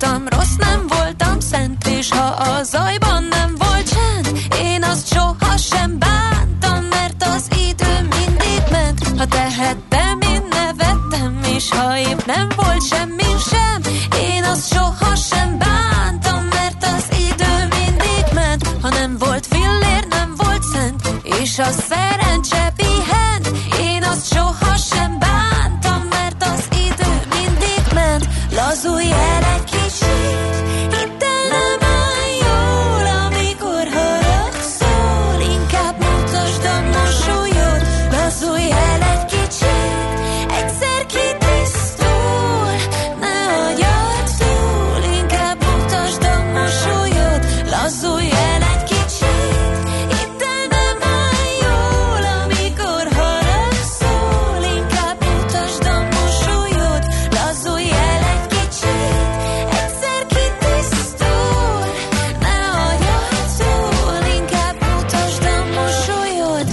voltam rossz, nem voltam szent, és ha a zajban nem volt csend, én azt sohasem bántam, mert az idő mindig ment. Ha tehettem, én nevettem, és ha épp nem volt semmi sem, én azt sohasem bántam, mert az idő mindig ment. Ha nem volt fillér, nem volt cent, és a szerencse pihent, én azt sohasem bántam, mert az idő mindig ment. Lazulj el egy kicsit, hidd el, nem áll jól, amikor haragszol, inkább mutasd a mosolyod. Lazulj el egy kicsit, egyszer kitisztul, ne agyad túl, inkább mutasd a mosolyod. Lazulj el egy kicsit, hidd el, nem áll jól, amikor haragszol, inkább mutasd a mosolyod. Lazulj el egy kicsit, egyszer kitisztul, ne agyad túl, inkább mutasd a mosolyod.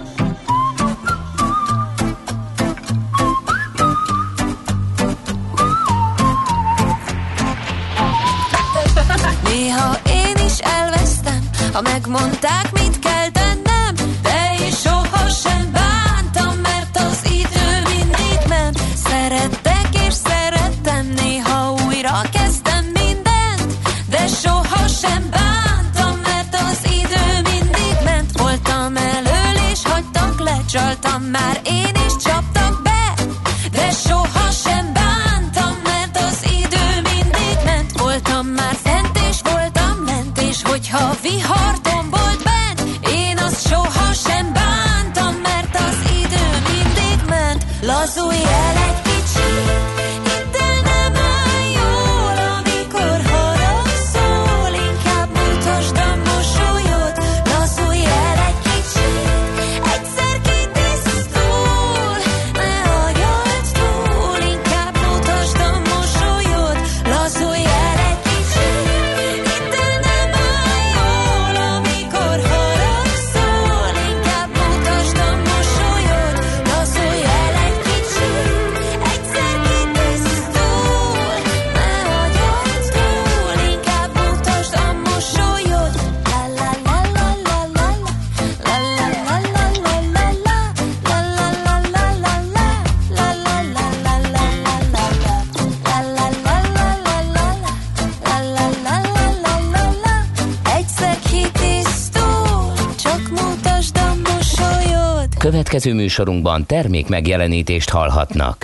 Néha én is elvesztem, ha megmondták, mit kell tennem, de én sohasem bántam, mert az idő mindig ment. Szerettek és szerettem, néha újra kezdtem mindent, de sohasem bántam, mert az idő mindig ment. Voltam elől és hagytak le, csaltam már én is, csaptak be, de sohasem bántam, mert az idő mindig ment. Voltam már fent és voltam lent, és hogyha vihar tombolt bent, én azt sohasem bántam, mert az idő mindig ment. Lazulj el egy kicsit, hidd el, nem áll jól, amikor haragszol, inkább mutasd a mosolyod. Lazulj el egy kicsit, egyszer kitisztul, ne agyad túl, inkább mutasd a mosolyod. Lazulj el egy kicsit, hidd el, nem áll jól, amikor haragszol, inkább mutasd a mosolyod. Lazulj el egy kicsit, egyszer kitisztul, ne agyad túl, inkább mutasd a mosolyod. La la la la la la la la la la la la la la la la la la. Egyszer kitisztul, csak mutasd a mosolyod. Következő műsorunkban termék megjelenítést hallhatnak.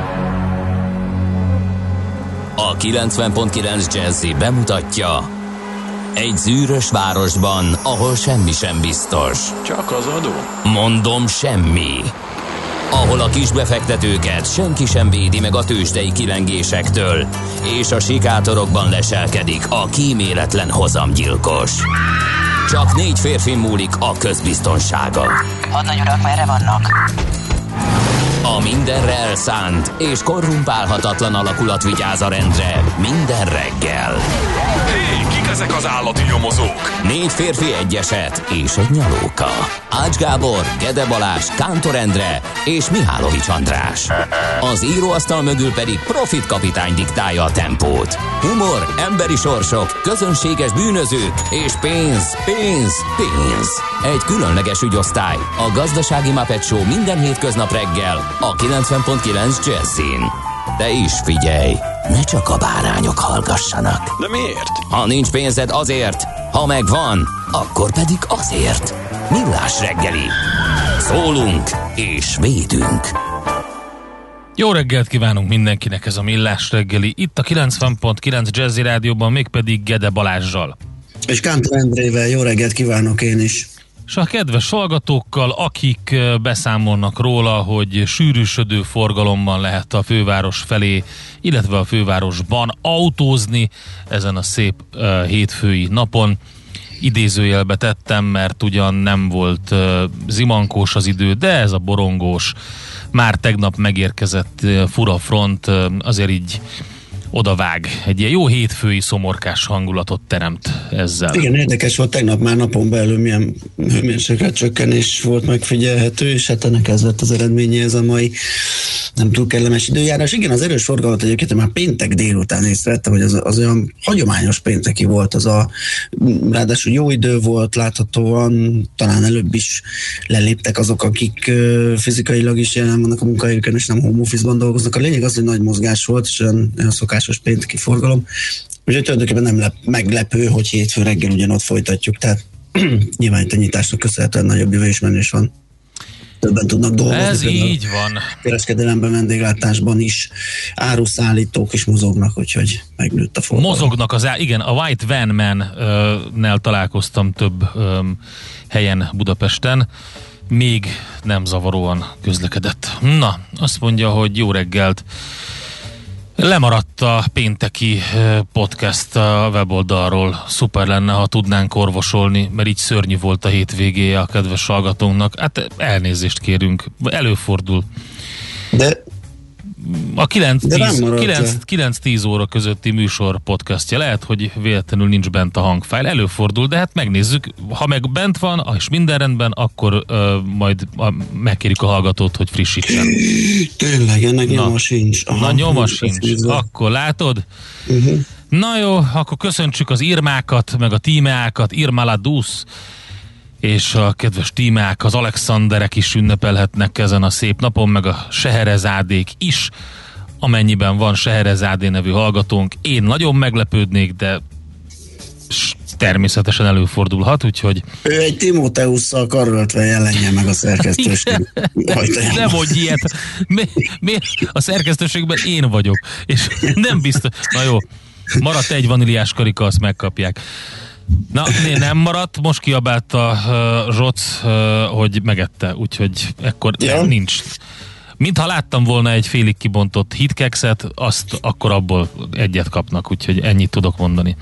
A 90.9 Jazzy bemutatja: egy zűrös városban, ahol semmi sem biztos. Csak az adó? Mondom, semmi. Ahol a kisbefektetőket senki sem védi meg a tőzsdei kilengésektől, és a sikátorokban leselkedik a kíméletlen hozamgyilkos. Csak 4 férfi múlik a közbiztonsága. Hadnagy urak, merre vannak? A mindenre elszánt és korrumpálhatatlan alakulat vigyáz a rendre minden reggel. Hé, kik ezek az állati nyomozók? 4 férfi, egy eset és egy nyalóka. Ács Gábor, Gede Balázs, Kántor Endre és Mihálovics András. Az íróasztal mögül pedig Profit kapitány diktálja a tempót. Humor, emberi sorsok, közönséges bűnözők és pénz, pénz, pénz. Egy különleges ügyosztály, a Gazdasági Muppet Show minden hétköznap reggel a 90.9 Jazzin. De is figyelj, ne csak a bárányok hallgassanak. De miért? Ha nincs pénzed, azért, ha megvan, akkor pedig azért. Millás reggeli. Szólunk és védünk. Jó reggelt kívánunk mindenkinek, ez a Millás reggeli. Itt a 90.9 Jazzy Rádióban, mégpedig Gede Balázsral. És Kántor Endrével jó reggelt kívánok én is. És a kedves hallgatókkal, akik beszámolnak róla, hogy sűrűsödő forgalomban lehet a főváros felé, illetve a fővárosban autózni ezen a szép hétfői napon. Idézőjelbe tettem, mert ugyan nem volt zimankós az idő, de ez a borongós, már tegnap megérkezett fura front azért így odavág. Egy ilyen jó hétfői szomorkás hangulatot teremt ezzel. Igen, érdekes volt, tegnap már napon belül milyen hőmérséklet csökkenés volt megfigyelhető, és hát ennek ez lett az eredménye, ez a mai nem túl kellemes időjárás. Igen, az erős forgalmat egyébként már péntek délután észrevettem, hogy az olyan hagyományos pénteki volt, ráadásul jó idő volt, láthatóan talán előbb is leléptek azok, akik fizikailag is jelen vannak a munkahelyükön, és nem home office-ban dolgoznak. A lényeg az, hogy nagy mozgás volt, és olyan szokásos pénteki forgalom. Úgyhogy tulajdonképpen nem meglepő, hogy hétfő reggel ugyanott folytatjuk, tehát nyilván itt a nyitásnak köszönhetően nagyobb jövőismerés van. Többen tudnak dolgozni. Ez így van. Kereskedelemben, vendéglátásban is, áruszállítók is mozognak, úgyhogy megnőtt a forgalom. Mozognak igen, a White Van Man-nel találkoztam több helyen Budapesten, még nem zavaróan közlekedett. Na, azt mondja, hogy jó reggelt. Lemaradt a pénteki podcast a weboldalról. Szuper lenne, ha tudnánk orvosolni, mert így szörnyű volt a hétvégéje a kedves hallgatónknak. Hát elnézést kérünk, előfordul. De a 9-10 óra közötti műsor podcastja. Lehet, hogy véletlenül nincs bent a hangfájl. Előfordul, de hát megnézzük. Ha meg bent van, és minden rendben, akkor majd megkérjük a hallgatót, hogy frissítsen. Tényleg, ennek nyoma sincs. Na, nyoma sincs. Akkor látod? Na jó, akkor köszöntsük az Irmákat, meg a tímeákat, Irma Ladus, és a kedves tímák, az Alexanderek is ünnepelhetnek ezen a szép napon, meg a Seherezádék is, amennyiben van Seherezádé nevű hallgatónk. Én nagyon meglepődnék, de természetesen előfordulhat, úgyhogy... Ő egy Timóteusszal karöltve jelenje meg a szerkesztőség. Nem mondj ilyet. Miért? A szerkesztőségben én vagyok, és nem biztos... Na jó, maradt egy vaníliás karika, azt megkapják. Na, nem maradt, most kiabált a Zsoc, hogy megette, úgyhogy ekkor nincs. Mintha láttam volna egy félig kibontott hitkekszet, azt akkor abból egyet kapnak, úgyhogy ennyit tudok mondani.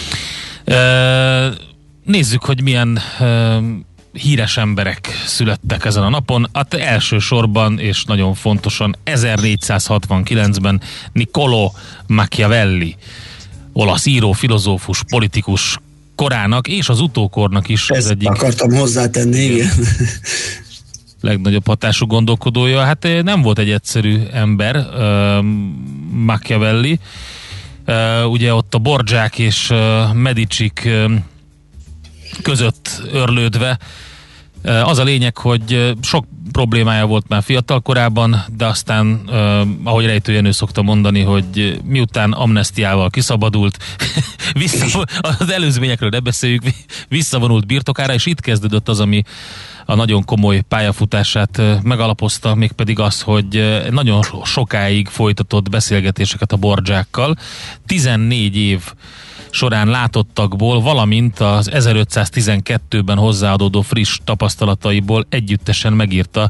Nézzük, hogy milyen híres emberek születtek ezen a napon. Hát elsősorban és nagyon fontosan 1469-ben Niccolò Machiavelli, olasz író, filozófus, politikus, korának és az utókornak is ezt az egyik... akartam hozzátenni, igen. Legnagyobb hatású gondolkodója. Hát nem volt egy egyszerű ember, Machiavelli. Ugye ott a Borgiák és Medicik között örlődve. Az a lényeg, hogy sok problémája volt már fiatal korában, de aztán, ahogy Rejtő Jenő szokta mondani, hogy miután amnesztiával kiszabadult, az előzményekről ne beszéljük, visszavonult birtokára, és itt kezdődött az, ami a nagyon komoly pályafutását megalapozta, mégpedig az, hogy nagyon sokáig folytatott beszélgetéseket a Borgiákkal, 14 év során látottakból, valamint az 1512-ben hozzáadódó friss tapasztalataiból együttesen megírta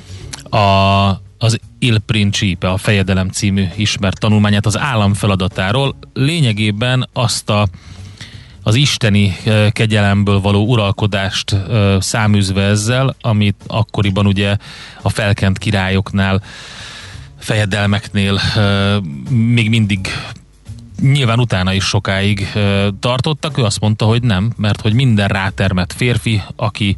az Il Principe, a Fejedelem című ismert tanulmányát az állam feladatáról. Lényegében azt az isteni kegyelemből való uralkodást száműzve ezzel, amit akkoriban ugye a felkent királyoknál, fejedelmeknél még mindig nyilván utána is sokáig tartottak. Ő azt mondta, hogy nem, mert hogy minden rátermett férfi, aki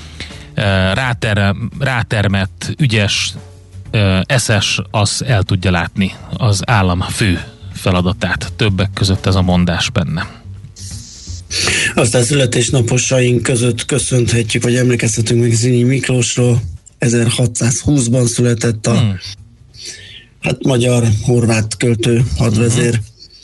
rátermett, ügyes, eszes, az el tudja látni az állam fő feladatát. Többek között ez a mondás benne. Aztán születésnaposaink között köszönhetjük, vagy emlékeztetünk meg Zrínyi Miklósról. 1620-ban született a magyar-horvát költő, hadvezér.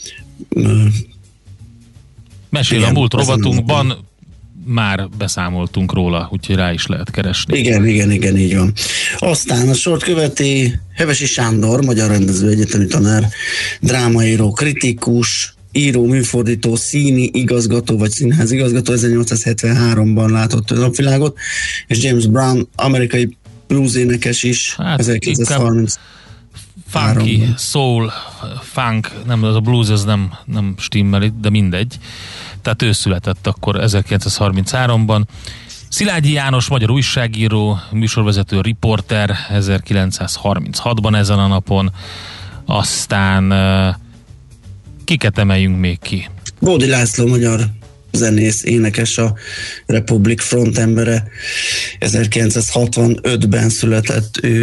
Mesél a múlt rovatunkban, már beszámoltunk róla, úgyhogy rá is lehet keresni. Igen, így van. Aztán a sort követi Hevesi Sándor, magyar rendező, egyetemi tanár, drámaíró, kritikus, író, műfordító, színi igazgató, vagy színház igazgató, 1873-ban látott napvilágot, és James Brown, amerikai blues-énekes is, 1930. Funky, soul, funk, nem, az a blues, ez nem stimmel itt, de mindegy. Tehát ő született akkor 1933-ban. Szilágyi János, magyar újságíró, műsorvezető, riporter, 1936-ban ezen a napon. Aztán kiket emeljünk még ki? Bódi László, magyar zenész, énekes, a Republic frontembere, 1965-ben született ő,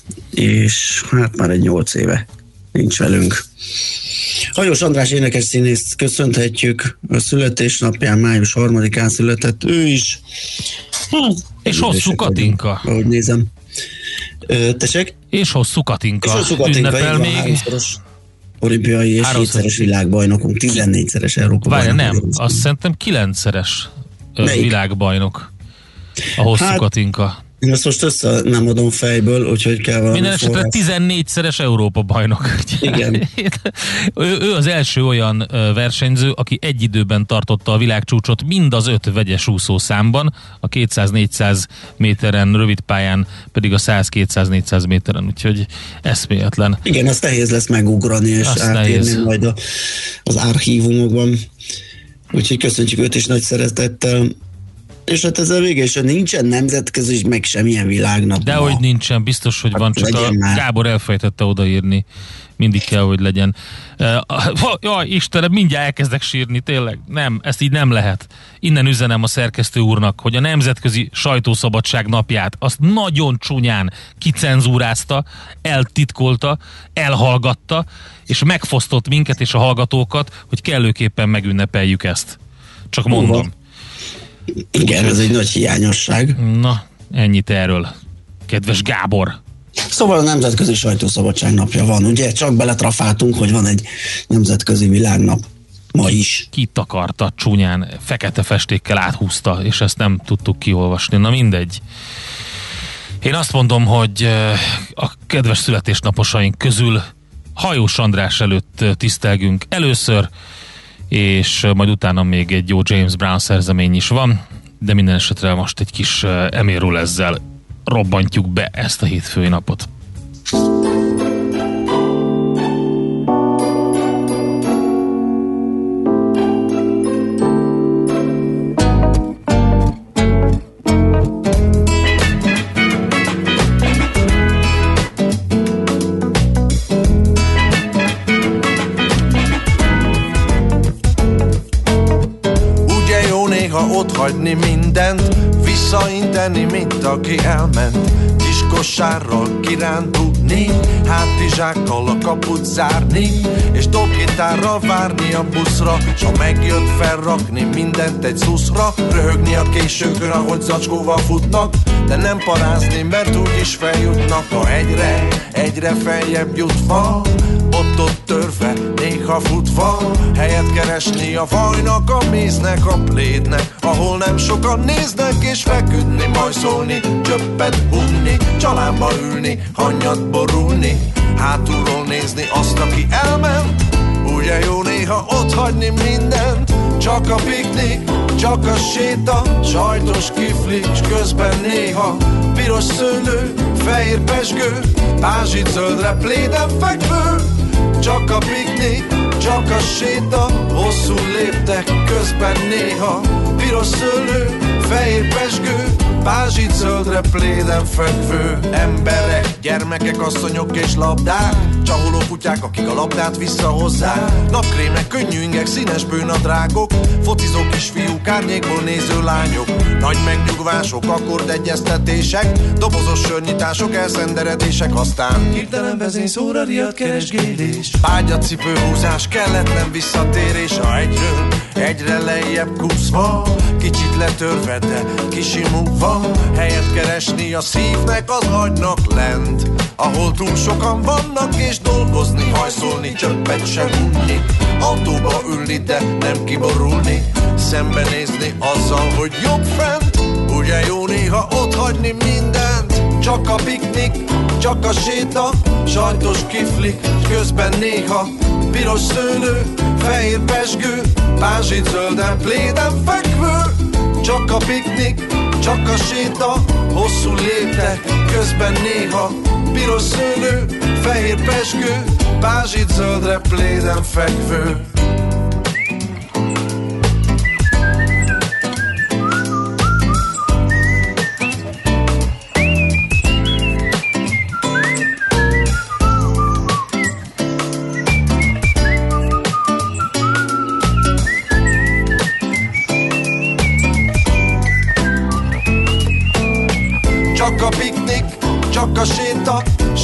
és hát már egy 8 éve nincs velünk. Hajós András énekes színészt köszönhetjük, a születésnapján május 3-án született ő is. És Hosszú Katinka. Ahogy nézem. Tessék? És Hosszú Katinka. És Hosszú Katinka, ünnepel még. 3-szoros olimpiai és 7-szeres világbajnokunk, 14-szeres Európa Várja, bajnok. nem, azt szerintem 9-szeres világbajnok. A Hosszú Katinka. Én ezt most össze nem adom fejből, úgyhogy kell valami minden esetre 14-szeres Európa bajnok. Igen. ő az első olyan versenyző, aki egy időben tartotta a világcsúcsot mind az 5 vegyes úszószámban, a 200-400 méteren, rövid pályán pedig a 100-200-400 méteren, úgyhogy eszméletlen. Igen, azt nehéz lesz megugrani, és átérni majd az archívumokban. Úgyhogy köszöntjük őt is nagy szeretettel. És hát ezzel vége is, nincsen nemzetközi, meg semmilyen világnap. Dehogy nincsen, biztos, hogy hát van, csak a Gábor elfelejtette odaírni. Mindig kell, hogy legyen. Jaj, Istenem, mindjárt elkezdek sírni, tényleg. Nem, ezt így nem lehet. Innen üzenem a szerkesztő úrnak, hogy a Nemzetközi Sajtószabadság napját azt nagyon csúnyán kicenzúrázta, eltitkolta, elhallgatta, és megfosztott minket és a hallgatókat, hogy kellőképpen megünnepeljük ezt. Csak mondom. Igen, ez egy nagy hiányosság. Na, ennyit erről. Kedves Gábor. Szóval a Nemzetközi Sajtószabadság napja van, ugye? Csak beletrafáltunk, hogy van egy nemzetközi világnap ma is. Kitakarta csúnyán, fekete festékkel áthúzta, és ezt nem tudtuk kiolvasni. Na mindegy. Én azt mondom, hogy a kedves születésnaposaink közül Hajós András előtt tisztelgünk először, és majd utána még egy jó James Brown szerzemény is van, de minden esetre most egy kis eméről ezzel robbantjuk be ezt a hétfői napot. Hagyni mindent, visszainteni, mint aki elment. Kis kosárral kirándulni, hátizsákkal a kaput zárni, és dobgitárral várni a buszra, s ha megjött, felrakni mindent egy szuszra, röhögni a későkön, ahogy zacskóval futnak, de nem parázni, mert úgyis feljutnak, ha egyre feljebb jutva, ott törve, néha futva, helyet keresni a vajnak, a méznek, a plédnek, ahol nem sokan néznek, és feküdni, majszolni, csöppet hunni, családba ülni, hannyat borulni, hátulról nézni azt, aki elment. Ugye jó néha otthagyni mindent, csak a piknik, csak a séta, sajtos kifli, s közben néha piros szőlő, fehér pezsgő, pázsit zöldre pléden fekvő. Csak a piknik, csak a séta, hosszú léptek, közben néha piros szőlő, fehér pezsgő, pázsit zöldre pléden fekvő. Emberek, gyermekek, asszonyok és labdák, csaholó kutyák, akik a labdát visszahozzák, napkrémek, könnyű ingek, színes bőnadrágok, focizó kisfiúk, árnyékból néző lányok, nagy megnyugvások, akkordegyeztetések, dobozos sörnyitások, elszenderedések, aztán hirtelen vezényszóra riadt keresgélés, ágyacipő húzás, kelletlen visszatérés, a egyről egyre lejjebb kúszva, kicsit letörve, de kisimulva, helyet keresni a szívnek, az agynak lent, ahol túl sokan vannak, és dolgozni, hajszolni, csöppet sem unni, autóba ülni, de nem kiborulni, szembenézni azzal, hogy jobb fent. Ugye jó néha otthagyni mindent, csak a piknik, csak a séta, sajtos kiflik, közben néha piros szőlő, fehér pezsgő, pázsit zölden pléden fekvő. Csak a piknik, csak a séta, hosszú léptek, közben néha piros szőlő, fehér pezsgő, pázsit zöldre pléden fekvő.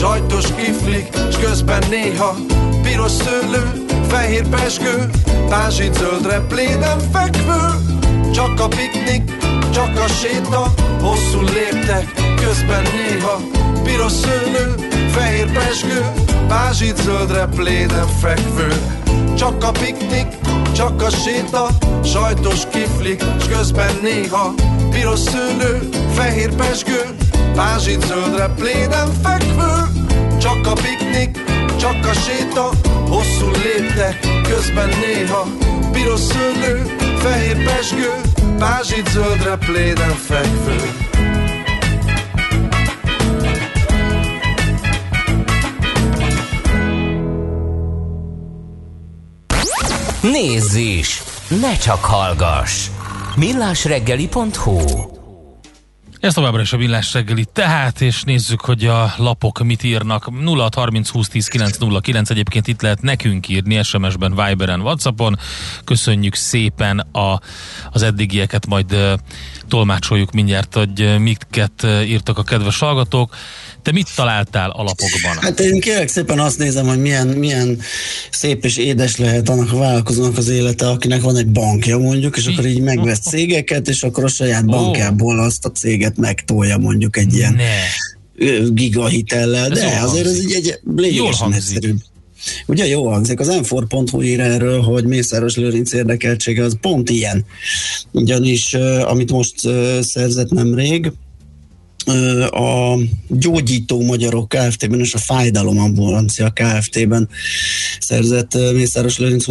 sajtos kiflik, s közben néha piros szőlő, fehér pezsgő, pázsit zöldre pléden fekvő. Csak a piknik, csak a séta, hosszú léptek, közben néha piros szőlő, fehér pezsgő, pázsit zöldre pléden fekvő. Csak a piknik, csak a séta, sajtos kiflik, s közben néha piros szőlő, fehér pezsgő, pázsit zöldre pléden fekvő. Csak a piknik, csak a séta, hosszú léptek, közben néha piros szőlő, fehér pezsgő, pázsit zöldre pléden fekvő. Nézz is! Ne csak hallgass! millásreggeli.hu Ez továbbra is a Millás reggeli tehát, és nézzük, hogy a lapok mit írnak. 0630 20 10 909, egyébként itt lehet nekünk írni SMS-ben, Viberen, WhatsAppon. Köszönjük szépen az eddigieket, majd tolmácsoljuk mindjárt, hogy miket írtak a kedves hallgatók. Te mit találtál a lapokban? Hát én kérlek szépen azt nézem, hogy milyen szép és édes lehet annak a vállalkozónak az élete, akinek van egy bankja mondjuk, és akkor így megvesz cégeket, és akkor a saját bankjából azt a céget megtolja mondjuk egy ilyen gigahitellel, de azért ez egy lényegesen egyszerűbb. Ugye jó hangzik, az m4.hu ír erről, hogy Mészáros Lőrinc érdekeltsége az pont ilyen. Ugyanis, amit most szerzett nemrég, a Gyógyító Magyarok Kft-ben és a Fájdalom Ambulancia Kft-ben szerzett Mészáros Lőrinc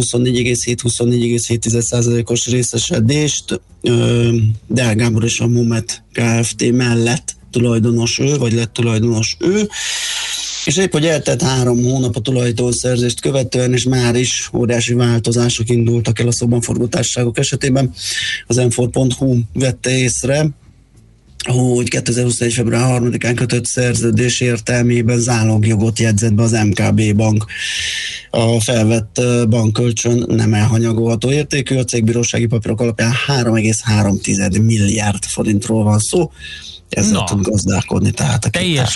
24,7-24,7%-os részesedést, Deák Gábor és a Momet Kft mellett tulajdonos ő, vagy lett tulajdonos ő, és épp, hogy eltelt 3 hónap a tulajdonszerzést követően, és már is óriási változások indultak el a szóban forgó társaságok esetében. Az m4.hu vette észre, hogy 2021. február 3-án kötött szerződés értelmében zálogjogot jegyzett be az MKB bank. A felvett bankkölcsön nem elhanyagolható értékű, a cégbírósági papírok alapján 3,3 milliárd forintról van szó. Ezzel tud gazdálkodni. Tehát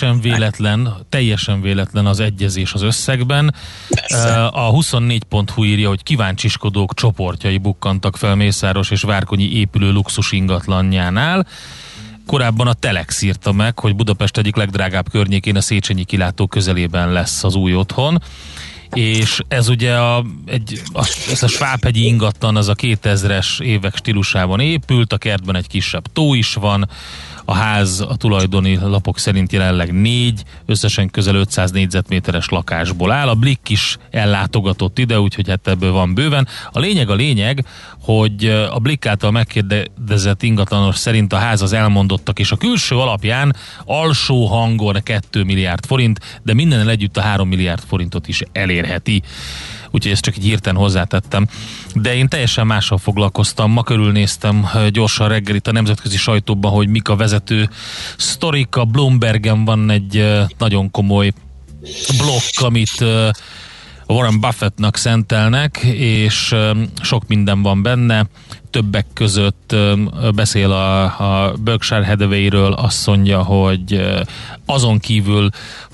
teljesen véletlen az egyezés az összegben. Persze. A 24.hu írja, hogy kíváncsiskodók csoportjai bukkantak fel Mészáros és Várkonyi épülő luxus ingatlanjánál. Korábban a Telex írta meg, hogy Budapest egyik legdrágább környékén, a Széchenyi kilátó közelében lesz az új otthon, és ez ugye ez a Svábhegyi ingatlan, az a 2000-es évek stílusában épült, a kertben egy kisebb tó is van, a ház a tulajdoni lapok szerint jelenleg 4, összesen közel 500 négyzetméteres lakásból áll. A Blick is ellátogatott ide, úgyhogy hát ebből van bőven. A lényeg, hogy a Blick által megkérdezett ingatlanos szerint a ház az elmondottak, és a külső alapján alsó hangon 2 milliárd forint, de mindennel együtt a 3 milliárd forintot is elérheti. Úgyhogy ezt csak így hirtelen hozzátettem. De én teljesen mással foglalkoztam. Ma körülnéztem gyorsan reggel itt a nemzetközi sajtóban, hogy mik a vezető sztorik. A Bloombergen van egy nagyon komoly blokk, amit Warren Buffettnak szentelnek, és sok minden van benne. Többek között beszél a Berkshire Hathaway-ről, azt mondja, hogy azon kívül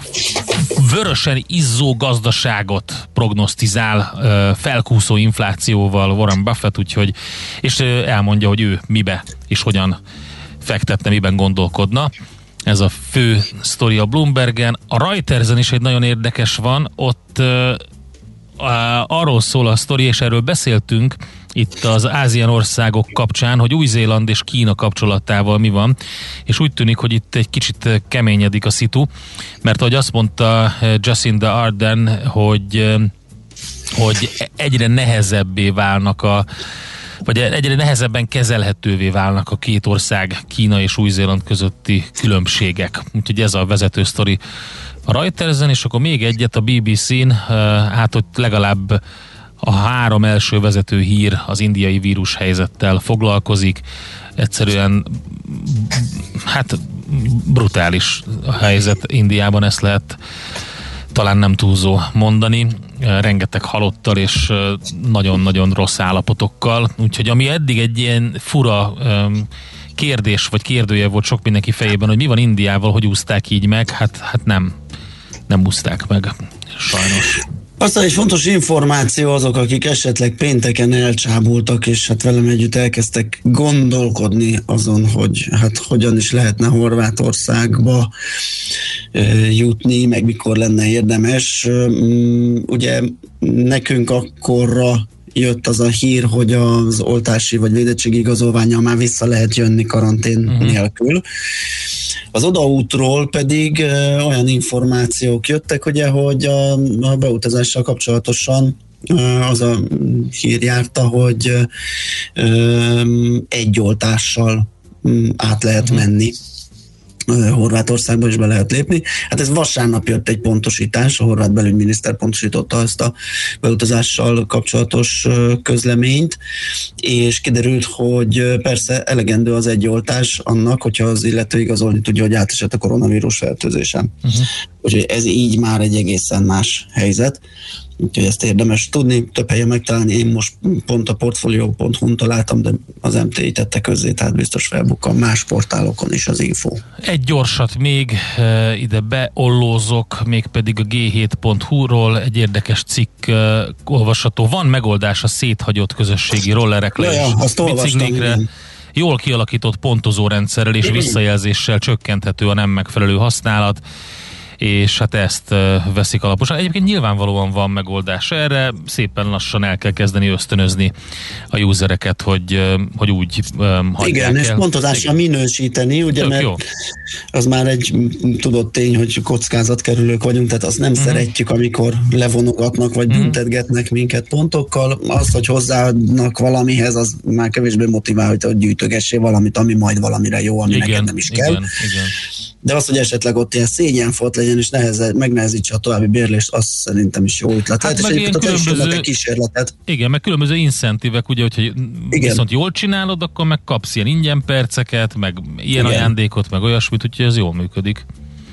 vörösen izzó gazdaságot prognosztizál felkúszó inflációval Warren Buffett, úgyhogy, és elmondja, hogy ő mibe és hogyan fektetne, miben gondolkodna. Ez a fő sztori a Bloombergen. A Reutersen is egy nagyon érdekes van, ott arról szól a sztori, és erről beszéltünk itt az ázsiai országok kapcsán, hogy Új-Zéland és Kína kapcsolatával mi van, és úgy tűnik, hogy itt egy kicsit keményedik a szitu, mert ahogy azt mondta Jacinda Ardern, hogy egyre nehezebbé válnak vagy egyre nehezebben kezelhetővé válnak a két ország, Kína és Új-Zéland közötti különbségek. Úgyhogy ez a vezető sztori a Reutersen, és akkor még egyet a BBC-n, hát ott legalább a 3 első vezető hír az indiai vírushelyzettel foglalkozik. Egyszerűen hát brutális a helyzet Indiában, ezt lehet talán nem túlzó mondani. Rengeteg halottal és nagyon-nagyon rossz állapotokkal. Úgyhogy ami eddig egy ilyen fura kérdés vagy kérdője volt sok mindenki fejében, hogy mi van Indiával, hogy úszták így meg, hát nem. nem úszták meg, sajnos. Aztán egy fontos információ azok, akik esetleg pénteken elcsábultak, és hát velem együtt elkezdtek gondolkodni azon, hogy hát hogyan is lehetne Horvátországba jutni, meg mikor lenne érdemes. Ugye nekünk akkorra jött az a hír, hogy az oltási vagy védettségi igazolvánnyal már vissza lehet jönni karantén nélkül. Az odaútról pedig olyan információk jöttek, ugye, hogy a beutazással kapcsolatosan az a hír járta, hogy egy oltással át lehet menni Horvátországba is be lehet lépni. Hát ez vasárnap jött egy pontosítás, a horvát belügyminiszter pontosította ezt a beutazással kapcsolatos közleményt, és kiderült, hogy persze elegendő az egy oltás annak, hogyha az illető igazolni tudja, hogy átesett a koronavírus fertőzésen. Úgyhogy ez így már egy egészen más helyzet. Úgyhogy ezt érdemes tudni, több helyen megtalálni. Én most pont a portfolio.hu-n találtam, de az MTI tette közzé, tehát biztos felbukkan más portálokon is az info. Egy gyorsat még ide beollózok, mégpedig a g7.hu-ról egy érdekes cikk olvasható. Van megoldás a széthagyott közösségi rollerekre és biciklikre. Jól kialakított pontozórendszerrel és visszajelzéssel csökkenthető a nem megfelelő használat, és hát ezt veszik alaposan. Egyébként nyilvánvalóan van megoldás erre, szépen lassan el kell kezdeni ösztönözni a usereket, hogy úgy hagyják. Igen, és pontozásra minősíteni, ugye, mert jó. Az már egy tudott tény, hogy kockázatkerülők vagyunk, tehát azt nem szeretjük, amikor levonogatnak, vagy büntetgetnek minket pontokkal. Az, hogy hozzáadnak valamihez, az már kevésbé motivál, hogy gyűjtögessél valamit, ami majd valamire jó, ami neked nem is kell. Igen. De az, hogy esetleg ott ilyen szégyenfot legyen, és megnehezítse a további bérlést, az szerintem is jó ötlet. Hát és egyébként a kísérletet. Igen, meg különböző incentívek, ugye, hogyha viszont jól csinálod, akkor meg kapsz ilyen ingyen perceket, meg ilyen ajándékot, meg olyasmit, úgyhogy ez jól működik.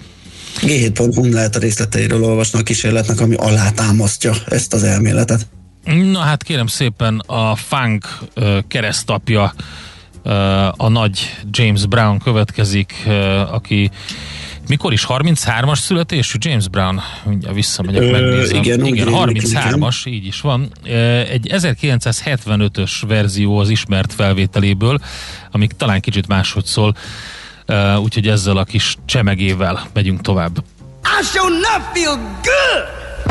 G7.hu lehet a részleteiről olvasni a kísérletnek, ami alátámasztja ezt az elméletet. Na hát kérem szépen, a funk keresztapja, a nagy James Brown következik, aki mikor is 33-as születésű James Brown? Mindjárt visszamegyek, megnézem. Igen, 33-as, így is van. Egy 1975-ös verzió az ismert felvételéből, ami talán kicsit máshogy szól, úgyhogy ezzel a kis csemegével megyünk tovább. I shall not feel good.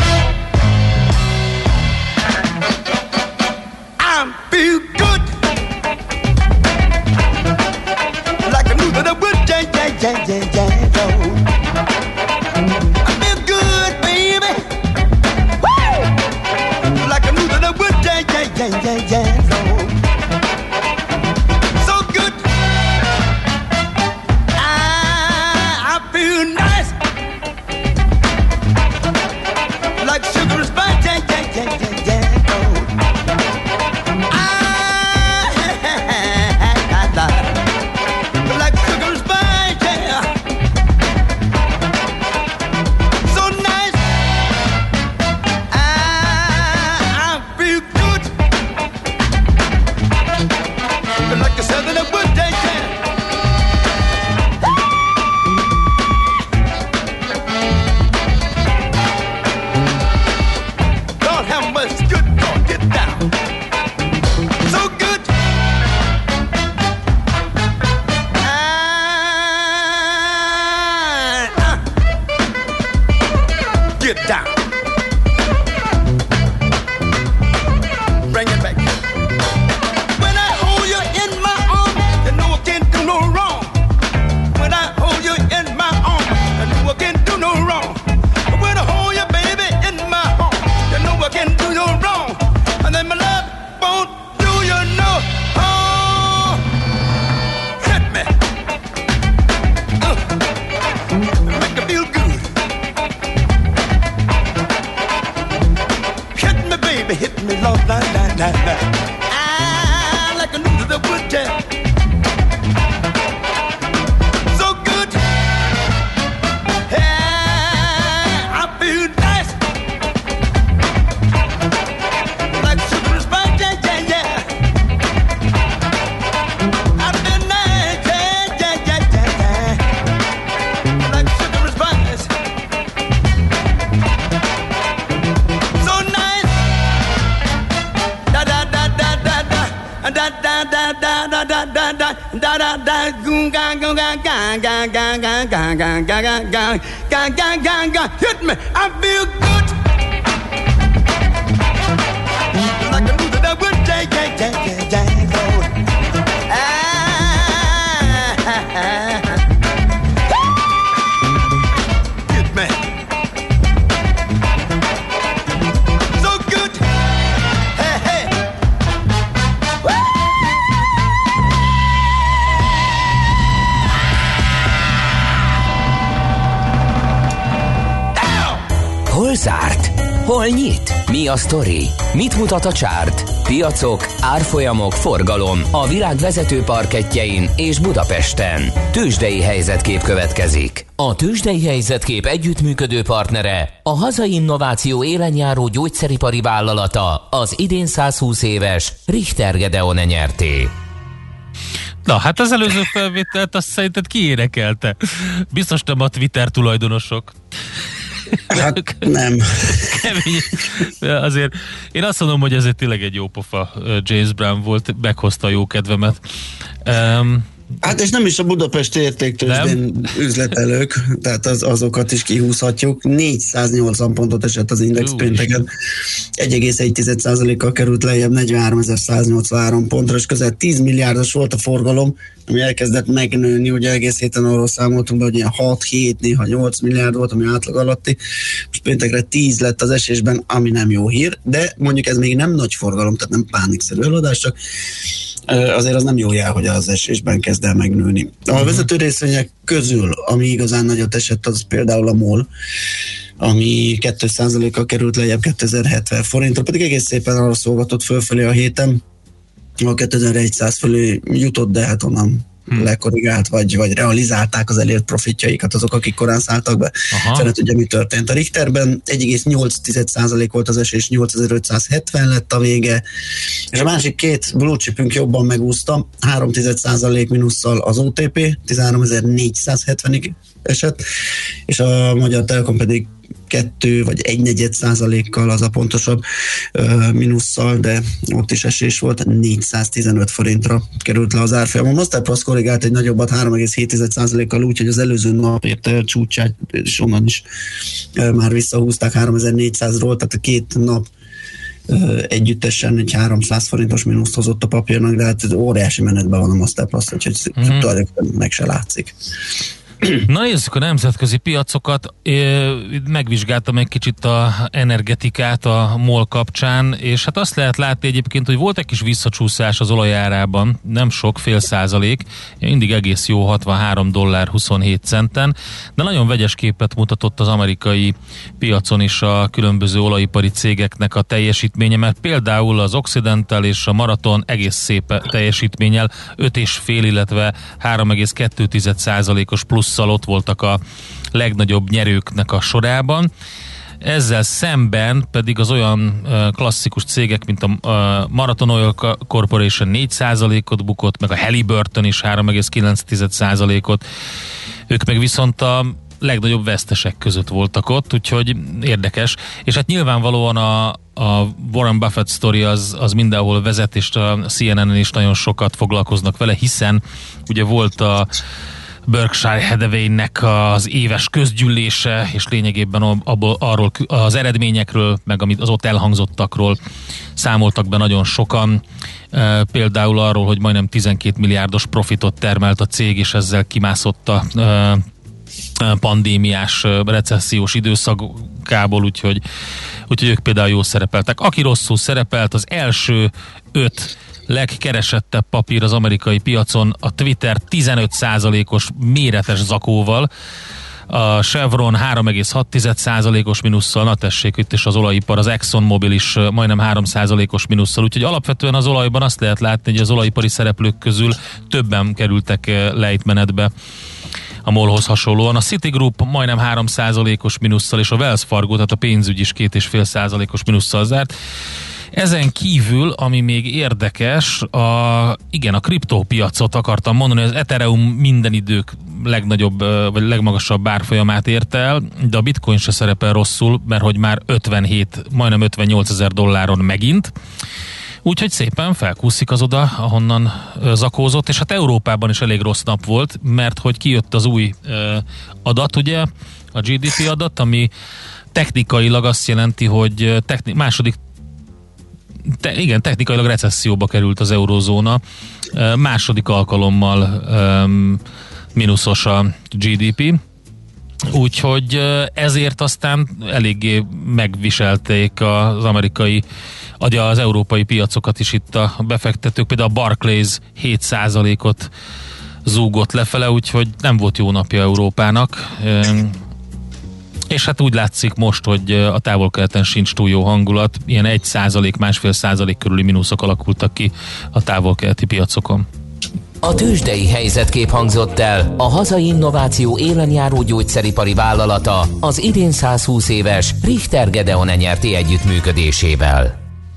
I feel good. Like a new to the wood, I feel good, baby. Woo! Like a new to the wood, so good. I feel nice. Like sugar and spice, Hit me, I feel good. Like a loser that would take. Hit me. So good. Hey. Hol zárt? Hol nyit? Mi a sztori? Mit mutat a csárt? Piacok, árfolyamok, forgalom a világ vezető parkettjein és Budapesten. Tőzsdei helyzetkép következik. A Tőzsdei helyzetkép együttműködő partnere a hazai innováció élenjáró gyógyszeripari vállalata, az idén 120 éves Richter Gedeon nyerté. Na, hát az előző felvételt azt szerinted ki énekelte? Biztos nem a Twitter tulajdonosok. Hát nem. Kemény. Azért én azt mondom, hogy ez tényleg egy jó pofa James Brown volt, meghozta a jó kedvemet. Hát és nem is a Budapesti értéktőzsdén üzletelők, tehát azokat is kihúzhatjuk. 480 pontot esett az index pénteken. 1,1%-kal került lejjebb 43.183 pontra, és közel 10 milliárdos volt a forgalom, ami elkezdett megnőni, ugye egész héten arról számoltunk be, hogy ilyen 6-7, néha 8 milliárd volt, ami átlag alatti. Most péntekre 10 lett az esésben, ami nem jó hír, de mondjuk ez még nem nagy forgalom, tehát nem pánikszerű eladás, csak azért az nem jó jel, hogy az esésben kezd el megnőni. A vezető részvények közül, ami igazán nagyot esett, az például a MOL, ami 2%-kal került lejjebb 2070 forintra, pedig egész szépen arra szolgatott fölfelé a héten, a 2100 fölé jutott, de hát onnan lekorrigált, vagy realizálták az elért profitjaikat azok, akik korán szálltak be. Fene tudja, mi történt. A Richterben 1,8% volt az esés, 8570 lett a vége, és a másik két blue chipünk jobban megúszta, 3% mínusszal az OTP, 13.470-ig esett, és a Magyar Telekom pedig 2 vagy 1,4%-kal, az a pontosabb mínusszal, de ott is esés volt, 415 forintra került le az árfolyam. A Masterplus korrigált egy nagyobbat 3,7%-kal úgy, hogy az előző nap érte el csúcsát, és onnan is már visszahúzták 3400-ról, tehát a két nap együttesen egy 300 forintos mínuszt hozott a papírnak, de hát óriási menetben van a Masterplus, úgyhogy tulajdonképpen meg se látszik. Na nézzük a nemzetközi piacokat. Megvizsgáltam egy kicsit a energetikát a MOL kapcsán, és hát azt lehet látni egyébként, hogy volt egy kis visszacsúszás az olajárában, nem sok, fél százalék, mindig egész jó, $60.27, de nagyon vegyes képet mutatott az amerikai piacon is a különböző olajipari cégeknek a teljesítménye, mert például az Occidental és a Marathon egész szép teljesítménnyel 5,5, illetve 3,2%-os plusz ott voltak a legnagyobb nyerőknek a sorában. Ezzel szemben pedig az olyan klasszikus cégek, mint a Marathon Oil Corporation 4%-ot bukott, meg a Halliburton is 3,9%-ot. Ők meg viszont a legnagyobb vesztesek között voltak ott, úgyhogy érdekes. És hát nyilvánvalóan a Warren Buffett sztori az mindenhol vezet, és a CNN-en is nagyon sokat foglalkoznak vele, hiszen ugye volt a Berkshire Hathaway-nek az éves közgyűlése, és lényegében arról az eredményekről, meg az ott elhangzottakról számoltak be nagyon sokan. Például arról, hogy majdnem 12 milliárdos profitot termelt a cég, és ezzel kimászott a pandémiás, recessziós időszakából, úgyhogy ők például jól szerepeltek. Aki rosszul szerepelt, az első 5 legkeresettebb papír az amerikai piacon, a Twitter 15%-os méretes zakóval, a Chevron 3,6%-os mínusszal, na tessék, itt is az olajipar, az ExxonMobil is majdnem 3%-os mínusszal, úgyhogy alapvetően az olajban azt lehet látni, hogy az olajipari szereplők közül többen kerültek lejtmenetbe a MOL-hoz hasonlóan. A Citigroup majdnem 3%-os mínusszal, és a Wells Fargo, tehát a pénzügy is 2,5%-os mínusszal zárt. Ezen kívül, ami még érdekes, a kriptópiacot akartam mondani, az Ethereum minden idők legnagyobb, vagy legmagasabb árfolyamát érte el, de a Bitcoin se szerepel rosszul, mert hogy már 57, majdnem $58,000 megint. Úgyhogy szépen felkúszik az oda, ahonnan zakózott, és hát Európában is elég rossz nap volt, mert hogy kijött az új adat, ugye, a GDP adat, ami technikailag azt jelenti, hogy technikailag recesszióba került az eurózóna. Második alkalommal mínuszos a GDP. Úgyhogy ezért aztán eléggé megviselték az európai piacokat is itt a befektetők. Például a Barclays 7%-ot zúgott lefele, úgyhogy nem volt jó napja Európának. És hát úgy látszik most, hogy a távol-keleten sincs túl jó hangulat. Ilyen 1%, 1,5% körüli mínuszok alakultak ki a távol-keleti piacokon. A tőzsdei helyzetkép hangzott el a hazai innováció élenjáró gyógyszeripari vállalata az idén 120 éves Richter Gedeon Enyerté együttműködésével.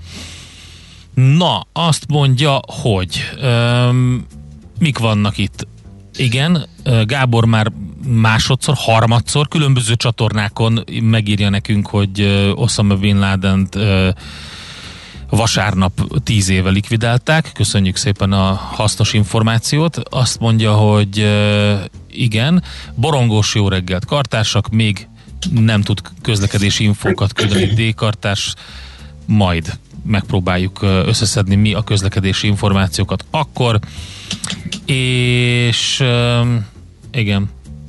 Na, azt mondja, hogy mik vannak itt. Igen, Gábor már másodszor, harmadszor különböző csatornákon megírja nekünk, hogy Osama Bin Ladent vasárnap 10 éve likvidálták. Köszönjük szépen a hasznos információt. Azt mondja, hogy igen, borongós jó reggelt kartársak, még nem tud közlekedési infókat küldeni D-kartárs, majd megpróbáljuk összeszedni mi a közlekedési információkat akkor. És igen.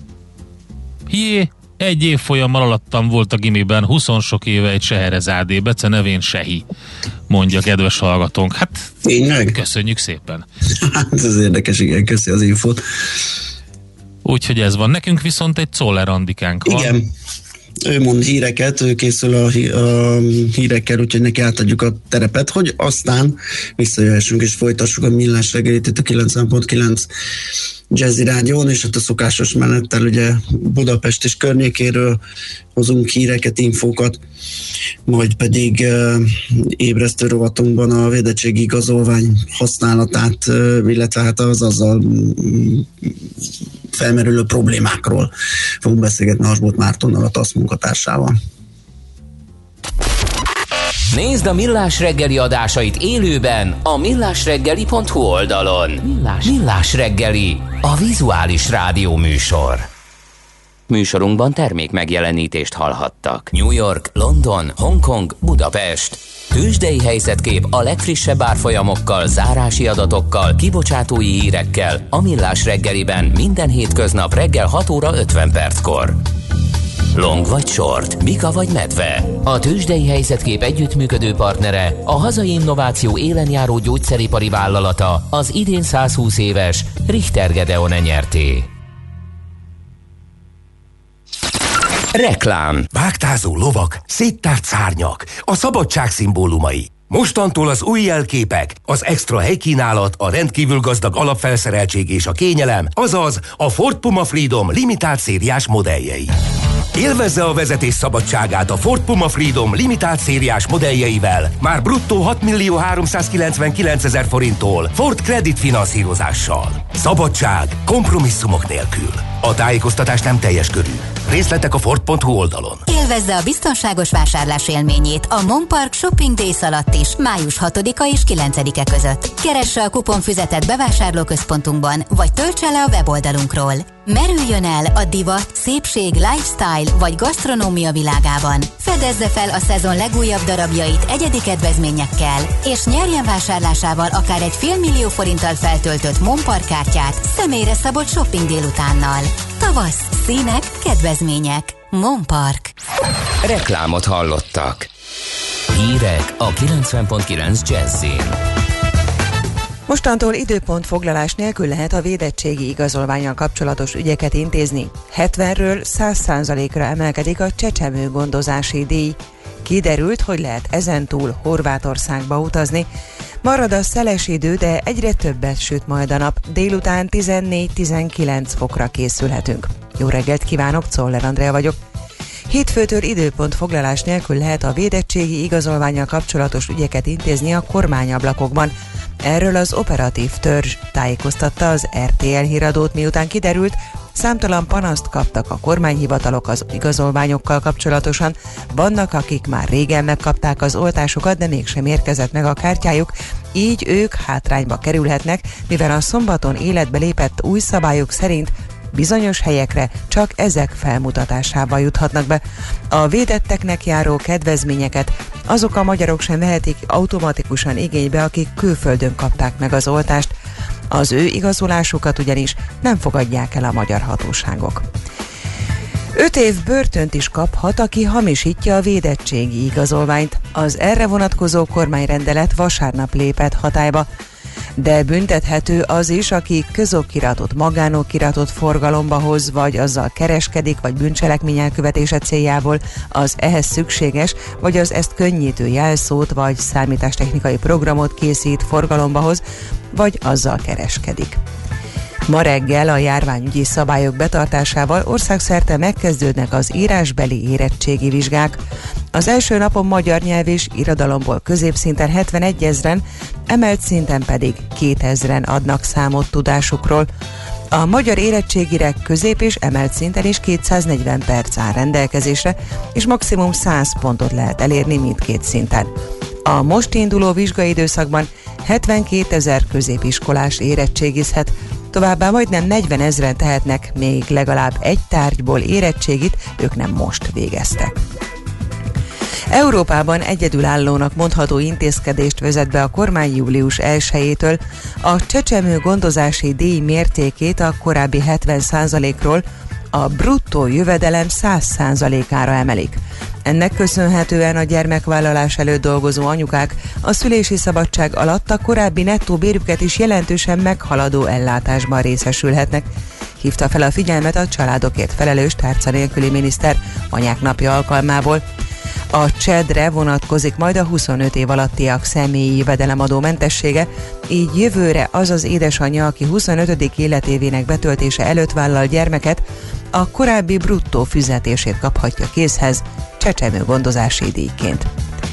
Egy évfolyammal alattam volt a gimiben, 20 sok éve egy Seherezádé, Bece nevén Sehi, mondja kedves hallgatónk. Hát, tényleg? Köszönjük szépen. Hát ez érdekes, igen, köszi az infót. Úgyhogy ez van. Nekünk viszont egy Czoller Andikánk van. Igen. Ő mond híreket, ő készül a hírekkel, úgyhogy neki átadjuk a terepet, hogy aztán visszajöhessünk és folytassuk a millás reggelit itt a 90.9 Jazzy Rádión, és hát a szokásos menettel ugye Budapest és környékéről hozunk híreket, infókat, majd pedig ébresztő rovatunkban a védettségi igazolvány használatát, illetve hát az azzal felmerülő problémákról fogunk beszélgetni Asbóth Mártonnal, a TASZ munkatársával. Nézd a Millás reggeli adásait élőben a millásreggeli.hu oldalon. Millás reggeli, a vizuális rádió műsor. Műsorunkban termék megjelenítést hallhattak. New York, London, Hongkong, Budapest. Tőzsdei helyzetkép a legfrissebb árfolyamokkal, zárási adatokkal, kibocsátói hírekkel a Millás reggeliben minden hétköznap reggel 6 óra 50 perckor. Long vagy short, bika vagy medve. A tőzsdei helyzetkép együttműködő partnere, a hazai innováció élenjáró gyógyszeripari vállalata, az idén 120 éves Richter Gedeon Enyerté. Reklám. Vágtázó lovak, széttárt szárnyak, a szabadság szimbólumai. Mostantól az új jelképek, az extra helykínálat, a rendkívül gazdag alapfelszereltség és a kényelem, azaz a Ford Puma Freedom limitált szériás modelljei. Élvezze a vezetés szabadságát a Ford Puma Freedom limitált szériás modelljeivel, már bruttó 6.399.000 forinttól Ford Credit finanszírozással. Szabadság kompromisszumok nélkül. A tájékoztatás nem teljes körű. Részletek a Ford.hu oldalon. Élvezze a biztonságos vásárlás élményét a Monpark Shopping Days alatt is, május 6-a és 9-e között. Keresse a kuponfüzetet bevásárlóközpontunkban, vagy töltse le a weboldalunkról. Merüljön el a divat, szépség, lifestyle vagy gasztronómia világában. Fedezze fel a szezon legújabb darabjait egyedi kedvezményekkel, és nyerjen vásárlásával akár egy $500 000 forinttal feltöltött Monpark kártyát személyre szabott shopping délutánnal. Tavasz, színek, kedvezmények. Monpark. Reklámot hallottak. Hírek a 90.9 Jazzin. Mostantól időpontfoglalás nélkül lehet a védettségi igazolvánnyal kapcsolatos ügyeket intézni. 70-ről 100%-ra emelkedik a csecsemőgondozási díj. Kiderült, hogy lehet ezentúl Horvátországba utazni. Marad a szeles idő, de egyre többet süt majd a nap. Délután 14-19 fokra készülhetünk. Jó reggelt kívánok, Czoller Andrea vagyok. Hétfőtől időpontfoglalás nélkül lehet a védettségi igazolvánnyal kapcsolatos ügyeket intézni a kormányablakokban. Erről az operatív törzs tájékoztatta az RTL híradót, miután kiderült, Számtalan panaszt kaptak a kormányhivatalok az igazolványokkal kapcsolatosan. Vannak, akik már régen megkapták az oltásukat, de mégsem érkezett meg a kártyájuk, így ők hátrányba kerülhetnek, mivel a szombaton életbe lépett új szabályok szerint bizonyos helyekre csak ezek felmutatásával juthatnak be. A védetteknek járó kedvezményeket azok a magyarok sem vehetik automatikusan igénybe, akik külföldön kapták meg az oltást. Az ő igazolásukat ugyanis nem fogadják el a magyar hatóságok. 5 év börtönt is kaphat, aki hamisítja a védettségi igazolványt. Az erre vonatkozó kormányrendelet vasárnap lépett hatályba. De büntethető az is, aki közokiratot, magánokiratot forgalomba hoz, vagy azzal kereskedik, vagy bűncselekmény elkövetése céljából az ehhez szükséges, vagy az ezt könnyítő jelszót, vagy számítástechnikai programot készít, forgalomba hoz, vagy azzal kereskedik. Ma reggel a járványügyi szabályok betartásával országszerte megkezdődnek az írásbeli érettségi vizsgák. Az első napon magyar nyelv és irodalomból középszinten 71 000-en, emelt szinten pedig 2000-en adnak számot tudásukról. A magyar érettségire közép és emelt szinten is 240 perc áll rendelkezésre, és maximum 100 pontot lehet elérni mindkét szinten. A most induló vizsgai időszakban 72 000 középiskolás érettségizhet, továbbá majdnem 40 000-en tehetnek még legalább egy tárgyból érettségit, ők nem most végeztek. Európában egyedülállónak mondható intézkedést vezet be a kormány július 1-től. A csecsemő gondozási díj mértékét a korábbi 70%-ról a bruttó jövedelem 100%-ára emelik. Ennek köszönhetően a gyermekvállalás előtt dolgozó anyukák a szülési szabadság alatt a korábbi nettó bérüket is jelentősen meghaladó ellátásban részesülhetnek. Hívta fel a figyelmet a családokért felelős tárca nélküli miniszter Anyák napja alkalmából. A CSED-re vonatkozik majd a 25 év alattiak személyi jövedelemadó mentessége, így jövőre az az édesanyja, aki 25. életévének betöltése előtt vállal gyermeket, a korábbi bruttó fizetését kaphatja készhez csecsemő gondozási díjként.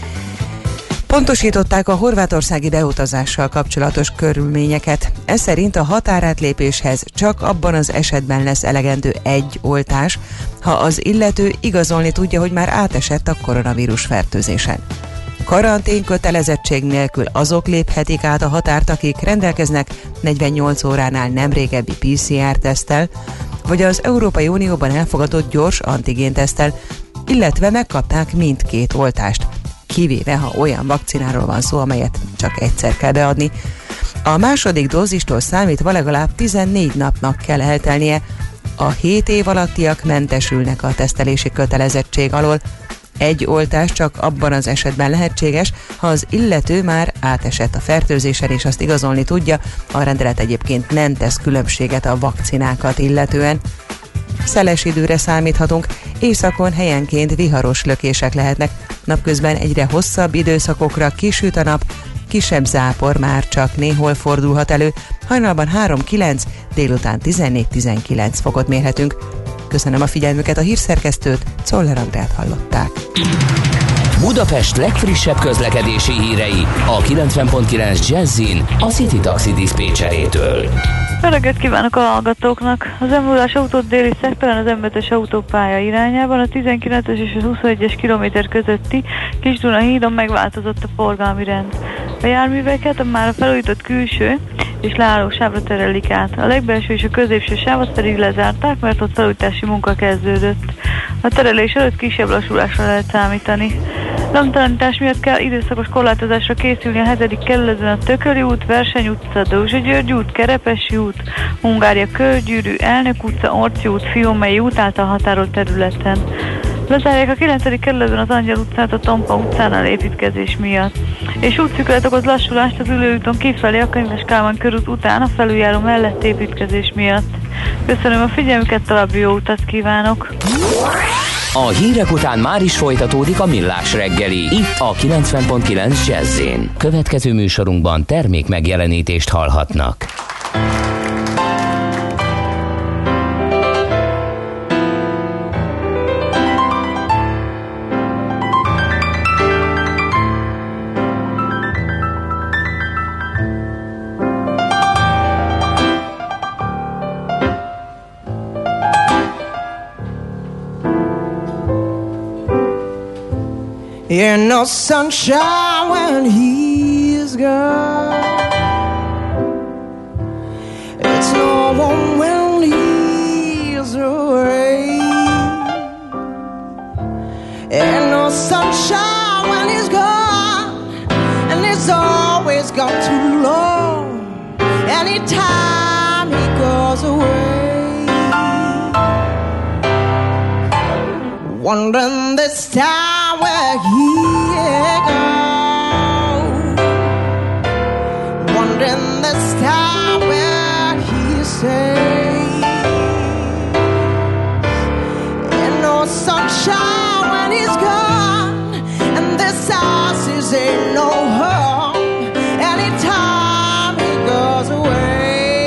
Pontosították a horvátországi beutazással kapcsolatos körülményeket. Ez szerint a határátlépéshez csak abban az esetben lesz elegendő egy oltás, ha az illető igazolni tudja, hogy már átesett a koronavírus fertőzésen. Karantén kötelezettség nélkül azok léphetik át a határt, akik rendelkeznek 48 óránál nem régebbi PCR-teszttel, vagy az Európai Unióban elfogadott gyors antigén-teszttel, illetve megkapták mindkét oltást, kivéve ha olyan vakcináról van szó, amelyet csak egyszer kell beadni. A második dózistól számítva legalább 14 napnak kell eltelnie. A 7 év alattiak mentesülnek a tesztelési kötelezettség alól. Egy oltás csak abban az esetben lehetséges, ha az illető már átesett a fertőzésen és azt igazolni tudja, a rendelet egyébként nem tesz különbséget a vakcinákat illetően. Szeles időre számíthatunk, északon helyenként viharos lökések lehetnek, napközben egyre hosszabb időszakokra kisüt a nap, kisebb zápor már csak néhol fordulhat elő, hajnalban 3-9, délután 14-19 fokot mérhetünk. Köszönöm a figyelmüket, a hírszerkesztőt, Czoller Andrát hallották. Budapest legfrissebb közlekedési hírei a 90.9 Jazzin a City Taxi diszpécserétől. Öreget kívánok a hallgatóknak! Az M0-as autót déli szektorán az M5-es autópálya irányában a 19-es és a 21-es kilométer közötti Kis-Duna hídon megváltozott a forgalmi rend. A járműveket már a felújított külső és leálló sávra terelik át. A legbelső és a középső sávot pedig lezárták, mert ott felújítási munka kezdődött. A terelés előtt kisebb lassulásra lehet számítani. Lamtalanítás miatt kell időszakos korlátozásra készülni a 7. kerületben a Tököli út, Verseny utca, Dózsa György út, Kerepesi út, Hungária körgyűrű, Elnök utca, Orci út, Fiumei út által határolt területen. Lezárják a 9. kerületben az Angyal utcát a Tompa utcánál építkezés miatt. És útszűkület okoz lassulást az Ülőúton kifelé a Könyves Kálmán körút után a felüljáró mellett építkezés miatt. Köszönöm a figyelmüket, további jó utat kívánok! A hírek után már is folytatódik a Millás reggeli, itt a 90.9 Jazz-én. Következő műsorunkban termék megjelenítést hallhatnak. Ain't no sunshine when he's gone. It's no warm when he's away. Ain't no sunshine when he's gone, and it's always gone too long. Anytime he goes away, wondering this time where he goes, wondering this time where he stays. Ain't no sunshine when he's gone, and this house is ain't no home. Anytime he goes away,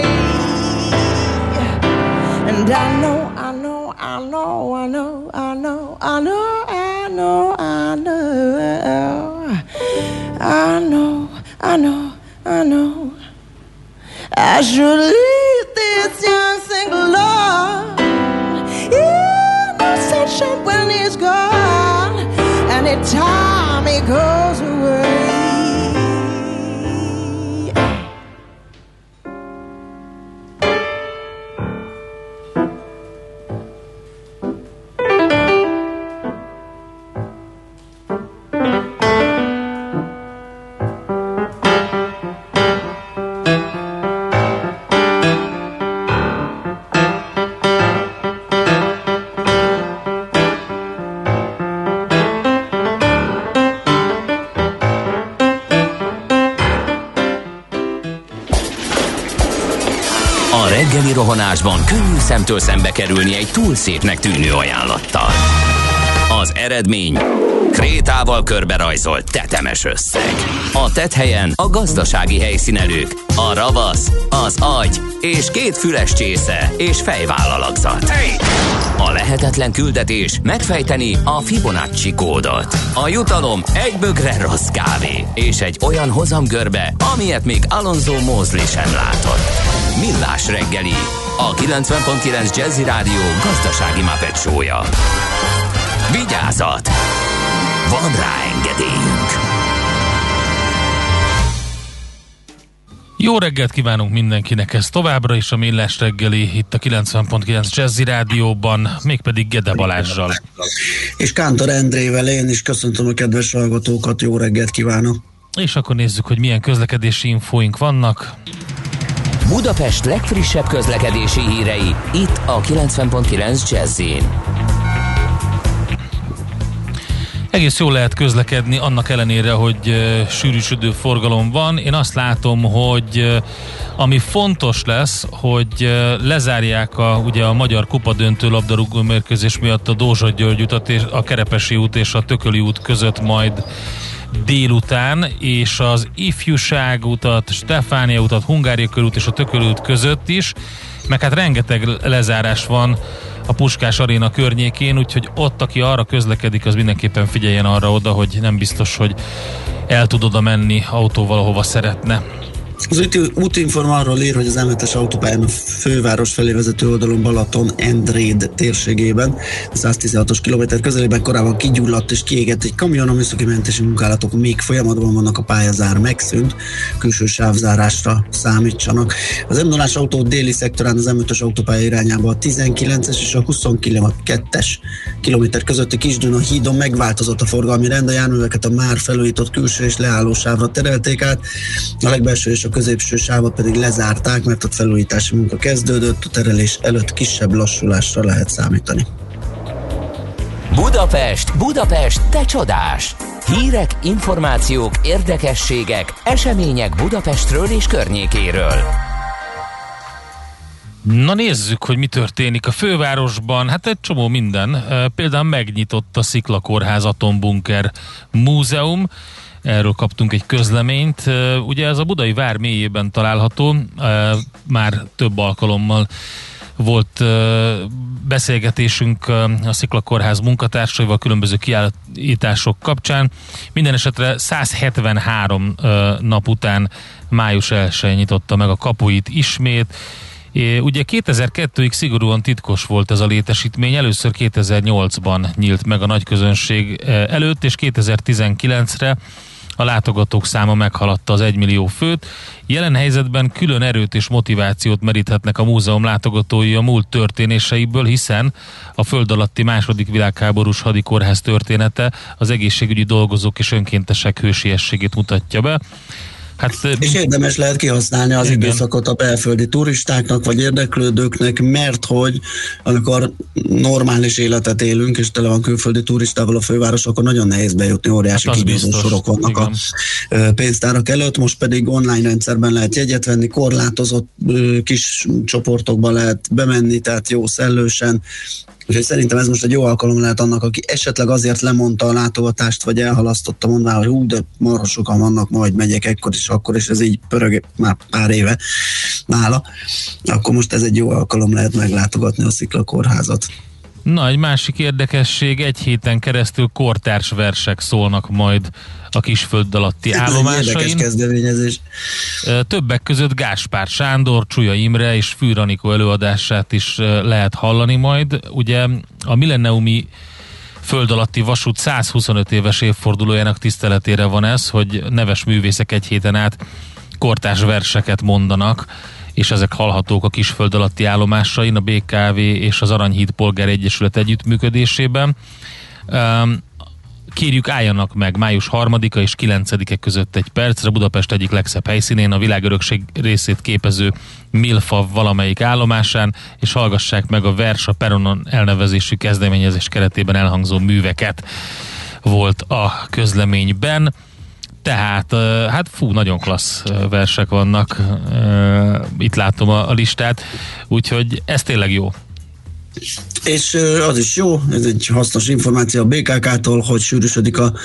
and I know, I know, I know, I know, I know, I know, I know, I know, I know, I know, I know, I should leave this young single love. Yeah, no sunshine when he's gone. Anytime he goes away. Reggeli rohanásban könnyű szemtől szembe kerülni egy túl szépnek tűnő ajánlattal. Az eredmény krétával körberajzolt tetemes összeg. A tetthelyen a gazdasági helyszínelők, a ravasz, az agy és 2 füles csésze és fejvállalakzat. A lehetetlen küldetés megfejteni a Fibonacci kódot. A jutalom egy bögre rossz kávé és egy olyan hozamgörbe, amilyet még Alonso Mosley sem látott. Millás reggeli, a 90.9 Jazzy Rádió gazdasági Muppet show-ja. Vigyázat! Van rá engedélyünk! Jó reggelt kívánunk mindenkinek, ez továbbra is a Millás reggeli itt a 90.9 Jazzy Rádióban, mégpedig Gede Balázsral. És Kántor Endrével én is köszöntöm a kedves hallgatókat, jó reggelt kívánok! És akkor nézzük, hogy milyen közlekedési infóink vannak. Budapest legfrissebb közlekedési hírei, itt a 90.9 Jazzyn. Egész jól lehet közlekedni, annak ellenére, hogy sűrűsödő forgalom van. Én azt látom, hogy ami fontos lesz, hogy lezárják ugye a Magyar Kupa döntő labdarúgó mérkőzés miatt a Dózsa-György utat, és a Kerepesi út és a Tököli út között majd délután, és az Ifjúság utat, Stefánia utat, Hungária körút és a Tököli út között is, meg hát rengeteg lezárás van a Puskás Aréna környékén, úgyhogy ott, aki arra közlekedik, az mindenképpen figyeljen arra oda, hogy nem biztos, hogy el tud oda menni autóval, ahova szeretne. Az útinform arról ír, hogy az M7-es autópályán a főváros felé vezető oldalon Balaton-Endréd térségében, 116-os kilométer közelében korábban kigyulladt és kiégett egy kamion, a műszaki mentési munkálatok még folyamatban vannak, a pályazár megszűnt, külső sávzárásra számítsanak. Az M0-ás autó déli szektorán az M5-ös autópálya irányába a 19-es és a 22-es kilométer közötti Kisduna hídon megváltozott a forgalmi rend, a járműveket a már felújított külső és leálló sávra terelték át, a legbelső és a középső sávot pedig lezárták, mert ott felújítási munka kezdődött, a terelés előtt kisebb lassulásra lehet számítani. Budapest, Budapest, te csodás! Hírek, információk, érdekességek, események Budapestről és környékéről. Na nézzük, hogy mi történik a fővárosban. Hát egy csomó minden. Például megnyitott a Sziklakórház Atombunker Múzeum. Erről kaptunk egy közleményt. Ugye ez a Budai vár mélyében található. Már több alkalommal volt beszélgetésünk a Sziklakórház munkatársaival különböző kiállítások kapcsán. Minden esetre 173 nap után május 1-én nyitotta meg a kapuit ismét, Ugye 2002-ig szigorúan titkos volt ez a létesítmény, először 2008-ban nyílt meg a nagyközönség előtt, és 2019-re a látogatók száma meghaladta az 1 millió főt. Jelen helyzetben külön erőt és motivációt meríthetnek a múzeum látogatói a múlt történéseiből, hiszen a föld alatti második világháborús hadikórház története az egészségügyi dolgozók és önkéntesek hősiességét mutatja be. Hát, és érdemes lehet kihasználni az időszakot a belföldi turistáknak, vagy érdeklődőknek, mert hogy amikor normális életet élünk, és tele van külföldi turistával a főváros, akkor nagyon nehéz bejutni, óriási kígyózó sorok vannak a pénztárak előtt, most pedig online rendszerben lehet jegyet venni, korlátozott kis csoportokban lehet bemenni, tehát jó szellősen. Úgyhogy szerintem ez most egy jó alkalom lehet annak, aki esetleg azért lemondta a látogatást, vagy elhalasztotta, mondván, hogy de marha sokan vannak, majd megyek akkor is ez így pörög már pár éve nála. Akkor most ez egy jó alkalom lehet meglátogatni a Sziklakórházat. Na, egy másik érdekesség, egy héten keresztül kortárs versek szólnak majd a Kisföld alatti állomásain. Többek között Gáspár Sándor, Csuja Imre és Fűr Anikó előadását is lehet hallani majd. Ugye a milleniumi föld alatti vasút 125 éves évfordulójának tiszteletére van ez, hogy neves művészek egy héten át kortárs verseket mondanak, és ezek hallhatók a Kisföld alatti állomásain, a BKV és az Aranyhíd Polgári Egyesület együttműködésében. Kérjük, álljanak meg május 3-a és 9-e között egy percre Budapest egyik legszebb helyszínén, a világörökség részét képező Milfav valamelyik állomásán, és hallgassák meg a Vers a Peronon elnevezésű kezdeményezés keretében elhangzó műveket, volt a közleményben. Tehát, nagyon klassz versek vannak, itt látom a listát, úgyhogy ez tényleg jó. És az is jó, ez egy hasznos információ a BKK-tól, hogy sűrűsödik a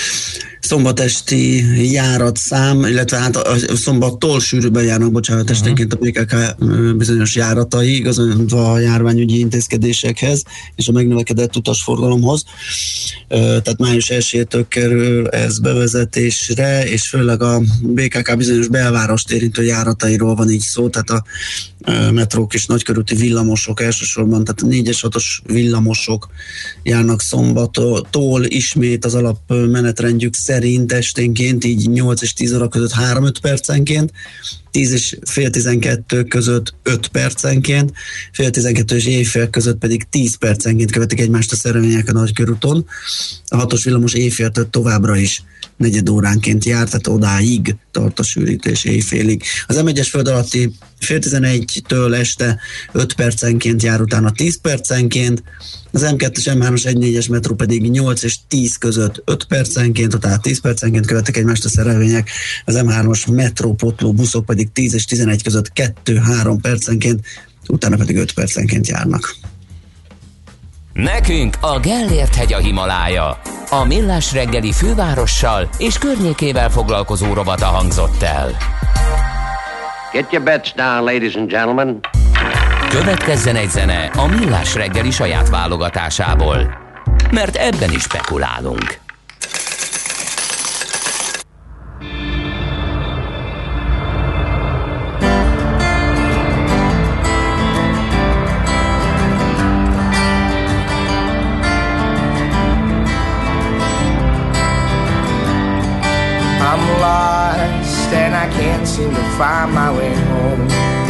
szombatesti járatszám, illetve hát a szombattól sűrűbben járnak, esténként a BKK bizonyos járatai, igazolva a járványügyi intézkedésekhez és a megnövekedett utasforgalomhoz. Tehát május 1-től kerül ez bevezetésre, és főleg a BKK bizonyos belvárost érintő járatairól van így szó, tehát a metrók és nagykörúti villamosok elsősorban, tehát a 4-es 6-os villamosok járnak szombattól ismét az alapmenetrendjük szerint esténként, így 8 és 10 óra között 3-5 percenként, 10 és fél 12 között 5 percenként, fél 12 és éjfél között pedig 10 percenként követik egymást a szerelvények a nagykörúton. A 6-os villamos éjféltől továbbra is negyed óránként jár, tehát odáig tart a sűrítés éjfélig. Az M1-es föld alatti fél 11-től este 5 percenként jár, utána 10 percenként, az M2-es, M3-as, 1-4-es metró pedig 8 és 10 között 5 percenként, utána 10 percenként követik egymást a szerelvények, az M3-as metrópotló buszok pedig 10 és 11 között 2-3 percenként, utána pedig 5 percenként járnak. Nekünk a Gellért-hegy a Himalája. A Millás reggeli fővárossal és környékével foglalkozó rovata hangzott el. Get your bets down, ladies and gentlemen. Következzen egy zene a Millás reggeli saját válogatásából, mert ebben is spekulálunk. I'm lost and I can't seem to find my way home.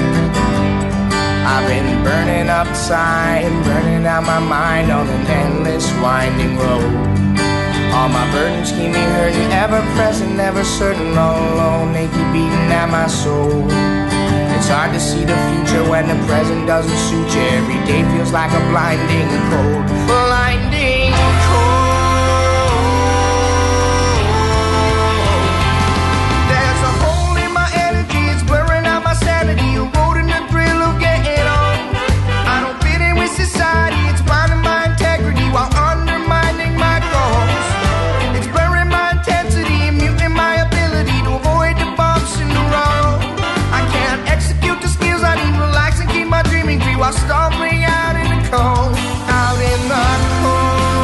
I've been burning upside and burning out my mind on an endless winding road. All my burdens keep me hurting, ever present, never certain, all alone, they keep beating at my soul. It's hard to see the future when the present doesn't suit you. Every day feels like a blinding cold, blinding cold. Sanity, eroding the thrill of getting on. I don't fit in with society, it's binding my integrity while undermining my goals. It's blurring my intensity and muting my ability to avoid the bumps in the road. I can't execute the skills I need, relax and keep my dreaming free while stumbling out in the cold. Out in the cold.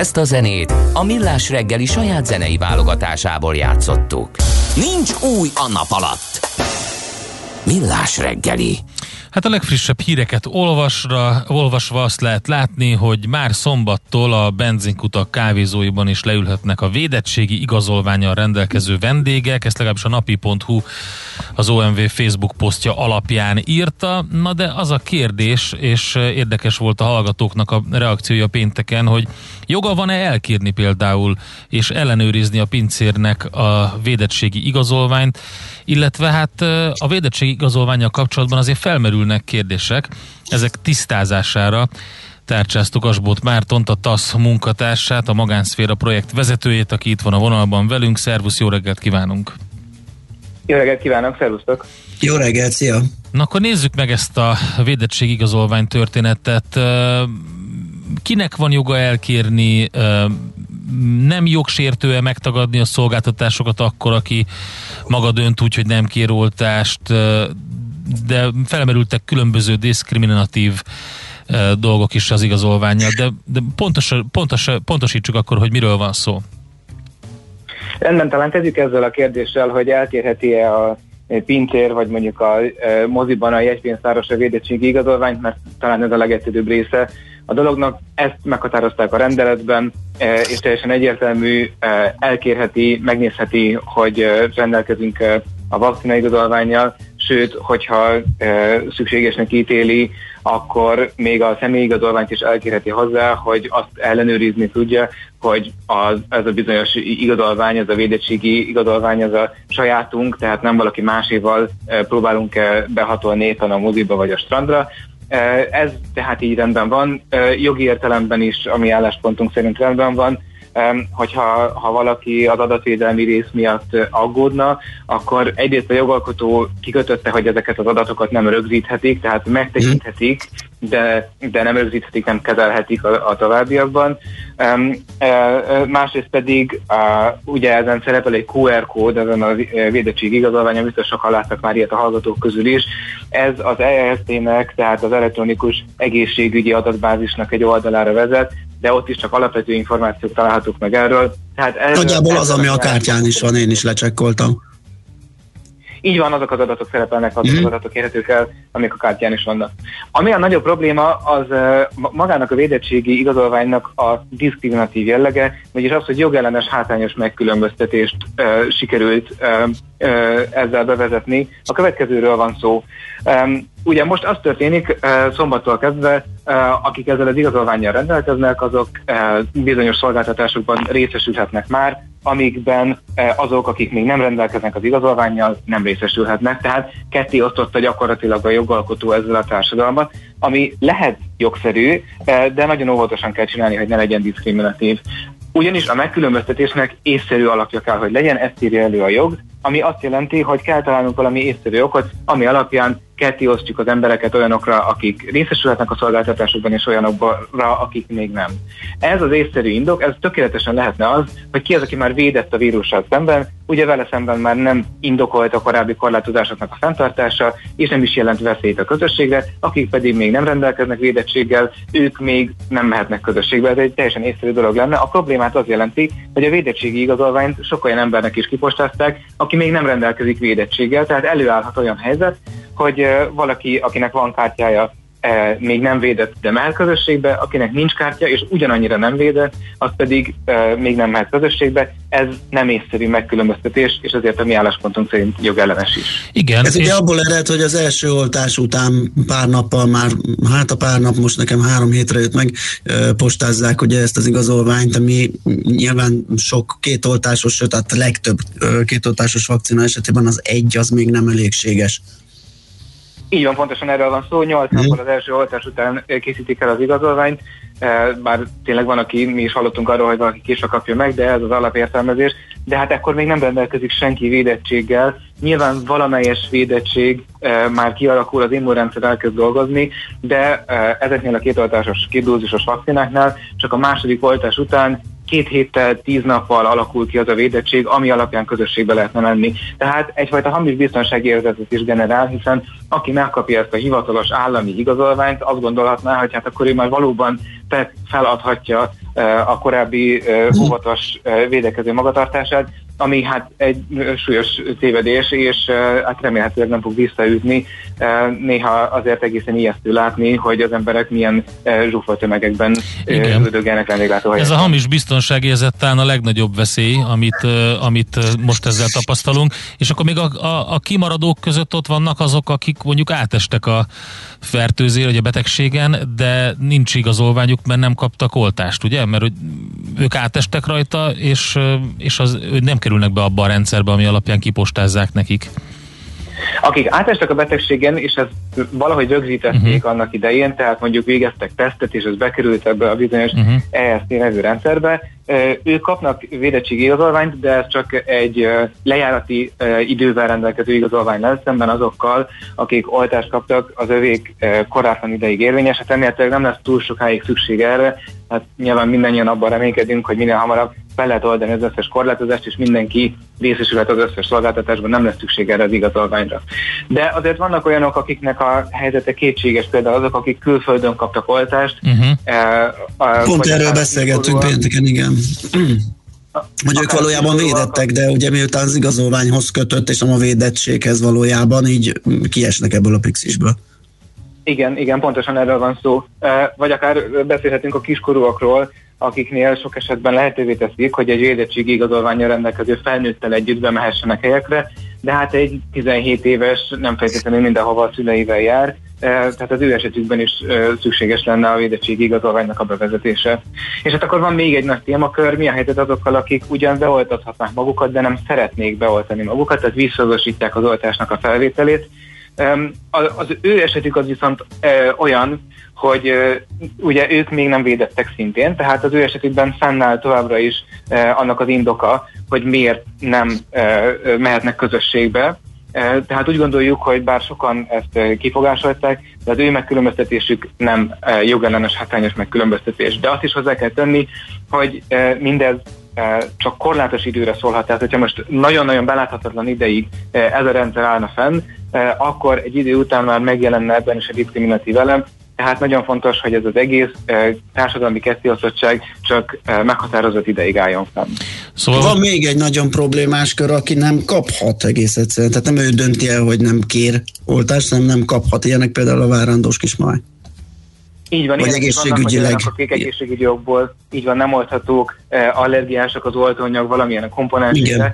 Ezt a zenét a Millás reggeli saját zenei válogatásából játszottuk. Nincs új a nap alatt. Millás reggeli. Hát a legfrissebb híreket olvasva azt lehet látni, hogy már szombattól a benzinkutak kávézóiban is leülhetnek a védettségi igazolvánnyal rendelkező vendégek, ezt legalábbis a napi.hu az OMV Facebook posztja alapján írta. Na de az a kérdés, és érdekes volt a hallgatóknak a reakciója pénteken, hogy joga van-e elkérni például, és ellenőrizni a pincérnek a védettségi igazolványt, illetve hát a védettségi igazolvánnyal kapcsolatban azért felmerülnek kérdések, ezek tisztázására tárcsáztuk Asbóth Mártont, a TASZ munkatársát, a Magánszféra projekt vezetőjét, aki itt van a vonalban velünk. Szervusz, jó reggelt kívánunk! Jó reggelt kívánok, szervusztok! Jó reggelt, szia! Na akkor nézzük meg ezt a védettségi igazolvány történetet. Kinek van joga elkérni, nem jogsértő-e megtagadni a szolgáltatásokat akkor, aki maga dönt úgy, hogy nem kér oltást, de felmerültek különböző diszkriminatív dolgok is az igazolvánnyal, de pontosítsuk akkor, hogy miről van szó. Rendben, talán kezdjük ezzel a kérdéssel, hogy elkérheti-e a pincér, vagy mondjuk a moziban a jegypénztáros a védettségi igazolványt, mert talán ez a legegyszerűbb része a dolognak. Ezt meghatározták a rendeletben, és teljesen egyértelmű, elkérheti, megnézheti, hogy rendelkezünk a vakcina igazolvánnyal, sőt, hogyha szükségesnek ítéli, akkor még a személyigazolványt is elkérheti hozzá, hogy azt ellenőrizni tudja, hogy ez a bizonyos igazolvány, ez a védettségi igazolvány, ez a sajátunk, tehát nem valaki máséval próbálunk behatolni éppen a moziba vagy a strandra. Ez tehát így rendben van, jogi értelemben is a mi álláspontunk szerint rendben van, hogyha valaki az adatvédelmi rész miatt aggódna, akkor egyrészt a jogalkotó kikötötte, hogy ezeket az adatokat nem rögzíthetik, tehát megtekinthetik, de nem rögzíthetik, nem kezelhetik a továbbiakban. Másrészt pedig ugye ezen szerepel egy QR kód, ezen a védettségi igazolványon, biztos sokan láttak már ilyet a hallgatók közül is. Ez az EEST-nek, tehát az elektronikus egészségügyi adatbázisnak egy oldalára vezet, de ott is csak alapvető információk találhatók meg erről. Tehát nagyjából az, ami a kártyán is van, én is lecsekkoltam. Így van, azok az adatok szerepelnek, azok az adatok érhetők el, amik a kártyán is vannak. Ami a nagyobb probléma, az magának a védettségi igazolványnak a diszkriminatív jellege, vagyis az, hogy jogellenes hátrányos megkülönböztetést sikerült ezzel bevezetni. A következőről van szó. Ugye most az történik szombattól kezdve, akik ezzel az igazolvánnyal rendelkeznek, azok bizonyos szolgáltatásokban részesülhetnek már, amikben azok, akik még nem rendelkeznek az igazolvánnyal, nem részesülhetnek. Tehát ketté osztotta gyakorlatilag a jogalkotó ezzel a társadalmat, ami lehet jogszerű, de nagyon óvatosan kell csinálni, hogy ne legyen diszkriminatív. Ugyanis a megkülönböztetésnek észszerű alapja kell, hogy legyen, ezt írja elő a jog, ami azt jelenti, hogy kell találnunk valami észszerű okot, ami alapján ketté osztjuk az embereket olyanokra, akik részesülhetnek a szolgáltatásokban, és olyanokra, akik még nem. Ez az észszerű indok, ez tökéletesen lehetne az, hogy ki az, aki már védett a vírussal szemben, ugye vele szemben már nem indokolt a korábbi korlátozásoknak a fenntartása, és nem is jelent veszélyt a közösségre, akik pedig még nem rendelkeznek védettséggel, ők még nem mehetnek közösségbe. Ez egy teljesen észszerű dolog lenne. A problémát az jelenti, hogy a védettségi igazolványt sok olyan embernek is kipostázták, aki még nem rendelkezik védettséggel, tehát előállhat olyan helyzet, hogy valaki, akinek van kártyája, még nem védett, de mehet közösségbe, akinek nincs kártya, és ugyanannyira nem védett, az pedig még nem mehet közösségbe. Ez nem észszerű megkülönböztetés, és azért a mi álláspontunk szerint jogellenes is. Igen. Ez ugye abból ered, hogy az első oltás után pár nappal már, a pár nap most nekem 3 hétre jött meg, postázzák ugye ezt az igazolványt, ami nyilván sok kétoltásos, sőt, tehát a legtöbb kétoltásos vakcina esetében az az még nem elégséges. Így van, pontosan erről van szó, 8 nappal az első oltás után készítik el az igazolványt, bár tényleg van, aki, mi is hallottunk arról, hogy valaki később kapja meg, de ez az alapértelmezés, de hát ekkor még nem rendelkezik senki védettséggel. Nyilván valamelyes védettség már kialakul, az immunrendszer elkezd dolgozni, de ezeknél a kétoltásos, kétdózisos vakcináknál csak a második oltás után 2 héttel, 10 nappal alakul ki az a védettség, ami alapján közösségbe lehetne menni. Tehát egyfajta hamis biztonsági érzetet is generál, hiszen aki megkapja ezt a hivatalos állami igazolványt, azt gondolhatná, hogy hát akkor ő már valóban feladhatja a korábbi óvatos védekező magatartását, ami hát egy súlyos tévedés, és hát remélhetőleg nem fog visszaütni. Néha azért egészen ijesztő látni, hogy az emberek milyen zsúfolt tömegekben üldögélnek vendéglátóhelyen. Ez a hamis biztonságérzet talán a legnagyobb veszély, amit most ezzel tapasztalunk, és akkor még a kimaradók között ott vannak azok, akik mondjuk átestek a fertőzés vagy a betegségen, de nincs igazolványuk, mert nem kaptak oltást, ugye? Mert ők átestek rajta, és nem kerülnek be abba a rendszerbe, ami alapján kipostázzák nekik. Akik átestek a betegségen, és ezt valahogy rögzítették annak idején, tehát mondjuk végeztek tesztet, és ez bekerült ebbe a bizonyos EST nevű rendszerbe, ők kapnak védettségi igazolványt, de ez csak egy lejárati idővel rendelkező igazolvány lesz, szemben azokkal, akik oltást kaptak, az övék korábban ideig érvényes, hát remélhetőleg nem lesz túl sokáig szükség erre, hát nyilván mindannyian abban reménykedünk, hogy minél hamarabb fel lehet oldani az összes korlátozást, és mindenki részesülhet az összes szolgáltatásban, nem lesz szükség erre az igazolványra. De azért vannak olyanok, akiknek a helyzete kétséges, például azok, akik külföldön kaptak oltást. Pont erről beszélgettünk pénteken, igen. Hogy ők valójában védettek, de ugye miután az igazolványhoz kötött, és nem a védettséghez valójában, így kiesnek ebből a pixisből. Igen, pontosan erről van szó. Vagy akár beszélhetünk a kiskorúakról, akiknél sok esetben lehetővé teszik, hogy egy védettségi igazolvánnyal rendelkező felnőttel együtt bemehessenek helyekre, de hát egy 17 éves nem feltétlenül mindenhova a szüleivel jár, tehát az ő esetükben is szükséges lenne a védettségi igazolványnak a bevezetése. És hát akkor van még egy nagy témakör, mi a helyzet azokkal, akik ugyan beoltathatnák magukat, de nem szeretnék beoltani magukat, tehát visszagosítják az oltásnak a felvételét. Az ő esetük az viszont olyan, hogy ugye ők még nem védettek szintén, tehát az ő esetükben fennáll továbbra is annak az indoka, hogy miért nem mehetnek közösségbe. Tehát úgy gondoljuk, hogy bár sokan ezt kifogásolták, de az ő megkülönböztetésük nem jogellenes, hátrányos megkülönböztetés. De azt is hozzá kell tenni, hogy mindez csak korlátos időre szólhat. Tehát, hogyha most nagyon-nagyon beláthatatlan ideig ez a rendszer állna fenn, akkor egy idő után már megjelenne ebben is a diszkriminatív elem. Tehát nagyon fontos, hogy ez az egész társadalmi kettéosztottság csak meghatározott ideig álljon fenn. Szóval van még egy nagyon problémás kör, aki nem kaphat egész egyszerűen. Tehát nem ő dönti el, hogy nem kér oltást, hanem nem kaphat. Ilyenek például a várandós kismaj. Így van, vagy egészségügyileg. Akik egészségügyi okból így van, nem oldhatók, allergiások az oltóanyag valamilyen a komponensére,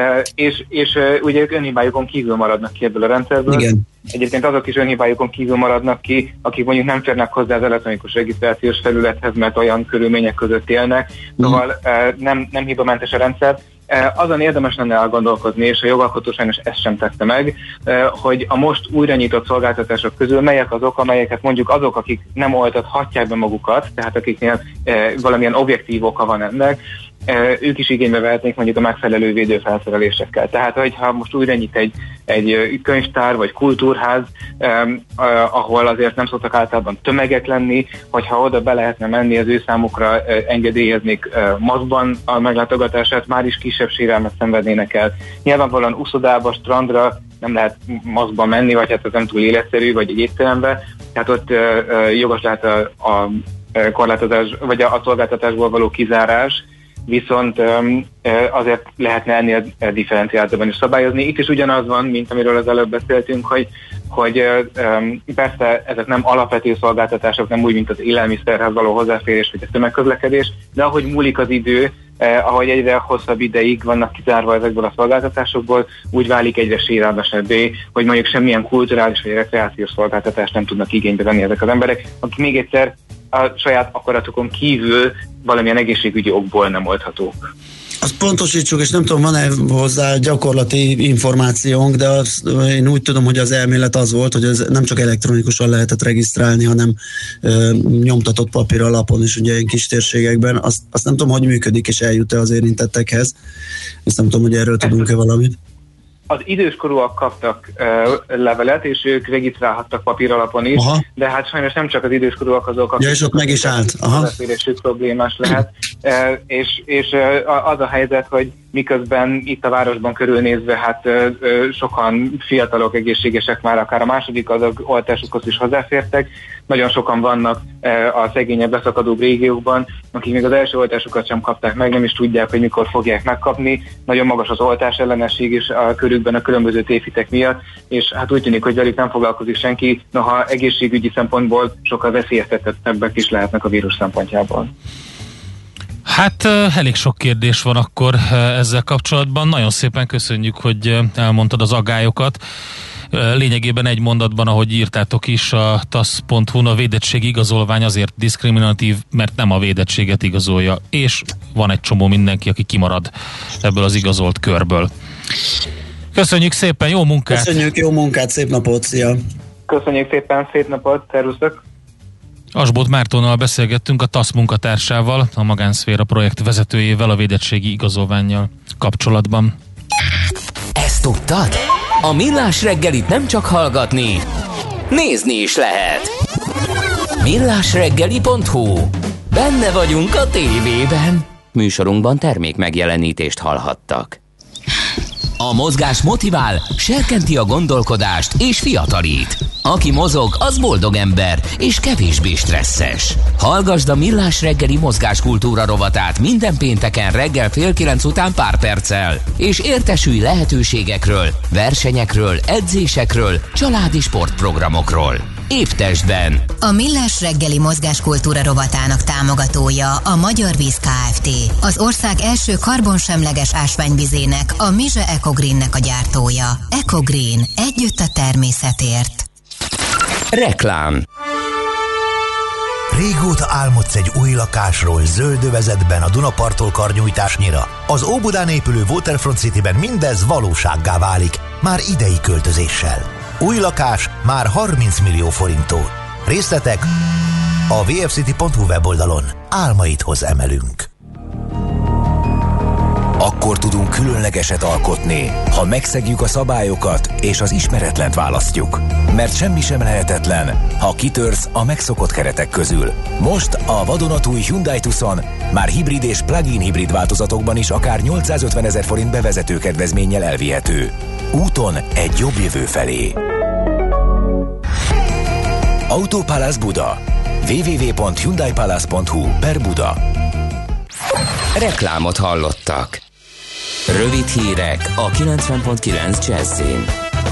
és ugye ők önhibájukon kívül maradnak ki ebből a rendszerből. Igen. Egyébként azok is önhibájukon kívül maradnak ki, akik mondjuk nem férnek hozzá az elektronikus regisztrációs felülethez, mert olyan körülmények között élnek, szóval nem hibamentes a rendszer. Azon érdemes lenne elgondolkodni, és a jogalkotó sajnos ezt sem tette meg, hogy a most újra nyitott szolgáltatások közül melyek azok, amelyeket mondjuk azok, akik nem oltathatják be magukat, tehát akiknél valamilyen objektív oka van ennek, ők is igénybe vehetnék mondjuk a megfelelő védőfelszerelésekkel. Tehát, hogyha most újra nyit egy könyvtár vagy kultúrház, ahol azért nem szoktak általában tömegek lenni, hogyha oda be lehetne menni, az ő számukra engedélyeznék maszkban a meglátogatását, már is kisebb sérelmet szenvednének el. Nyilvánvalóan uszodába, strandra nem lehet maszkban menni, vagy hát ez nem túl életszerű, vagy egy étterembe, tehát ott jogos lehet a korlátozás, vagy a szolgáltatásból való kizárás, viszont azért lehetne ennél differenciáltabban is szabályozni. Itt is ugyanaz van, mint amiről az előbb beszéltünk, hogy persze ezek nem alapvető szolgáltatások, nem úgy, mint az élelmiszerhez való hozzáférés, vagy a tömegközlekedés, de ahogy múlik az idő, ahogy egyre hosszabb ideig vannak kizárva ezekből a szolgáltatásokból, úgy válik egyre sérelmesebbé, hogy mondjuk semmilyen kulturális vagy rekreációs szolgáltatást nem tudnak igénybe venni ezek az emberek, akik még egyszer a saját akaratukon kívül valamilyen egészségügyi okból nem oldhatók. Azt pontosítsuk, és nem tudom, van-e hozzá gyakorlati információnk, de én úgy tudom, hogy az elmélet az volt, hogy ez nem csak elektronikusan lehetett regisztrálni, hanem nyomtatott papíralapon is ugye ilyen kis térségekben. Azt nem tudom, hogy működik, és eljut-e az érintettekhez. Ezt nem tudom, hogy erről tudunk-e valamit. Az időskorúak kaptak levelet, és ők regisztrálhattak papír alapon is, de hát sajnos nem csak az időskorúak azok, akik... Ja, és ott meg is állt. Hozzáférésük problémás lehet. És az a helyzet, hogy miközben itt a városban körülnézve, hát sokan fiatalok, egészségesek már akár a második adag oltásukhoz is hozzáfértek, nagyon sokan vannak a szegényebb, leszakadóbb régiókban, akik még az első oltásukat sem kapták meg, nem is tudják, hogy mikor fogják megkapni. Nagyon magas az oltás ellenesség is a körükben a különböző tévhitek miatt, és hát úgy tűnik, hogy velük nem foglalkozik senki, noha egészségügyi szempontból sokkal veszélyeztetettebbek is lehetnek a vírus szempontjából. Hát elég sok kérdés van akkor ezzel kapcsolatban. Nagyon szépen köszönjük, hogy elmondtad az aggályokat. Lényegében egy mondatban, ahogy írtátok is a tasz.hu-n, a védettségi igazolvány azért diszkriminatív, mert nem a védettséget igazolja, és van egy csomó mindenki, aki kimarad ebből az igazolt körből. Köszönjük szépen, jó munkát! Köszönjük, jó munkát, szép napot, szia! Köszönjük szépen, szép napot, szervusztok! Asbóth Mártonnal beszélgettünk, a TASZ munkatársával, a Magánszféra projekt vezetőjével a védettségi igazolvánnyal kapcsolatban. Ezt tudtad? A Millás reggelit nem csak hallgatni, nézni is lehet. millásreggeli.hu. Benne vagyunk a tévében. Műsorunkban termék megjelenítést hallhattak. A mozgás motivál, serkenti a gondolkodást és fiatalít. Aki mozog, az boldog ember és kevésbé stresszes. Hallgasd a Millás reggeli mozgáskultúra rovatát minden pénteken reggel 8:30 után pár perccel, és értesülj lehetőségekről, versenyekről, edzésekről, családi sportprogramokról. Épp testben. A Millás reggeli mozgáskultúra rovatának támogatója a Magyar Víz Kft. Az ország első karbonsemleges ásványvizének, a Mize Ecogreennek a gyártója. Ecogreen. Együtt a természetért. Reklám. Régóta álmodsz egy új lakásról zöld övezetben a Dunaparttól karnyújtásnyira. Az Óbudán épülő Waterfront Cityben mindez valósággá válik, már idei költözéssel. Új lakás már 30 millió forinttól. Részletek a vfcity.hu weboldalon. Álmaidhoz emelünk. Akkor tudunk különlegeset alkotni, ha megszegjük a szabályokat és az ismeretlent választjuk. Mert semmi sem lehetetlen, ha kitörsz a megszokott keretek közül. Most a vadonatúj Hyundai Tucson már hibrid és plug-in hibrid változatokban is akár 850 000 forint bevezető kedvezménnyel elvihető. Úton egy jobb jövő felé. Autopalace Buda. www.hyundaipalace.hu/Buda. Reklámot hallottak. Rövid hírek a 90.9 Jazzin.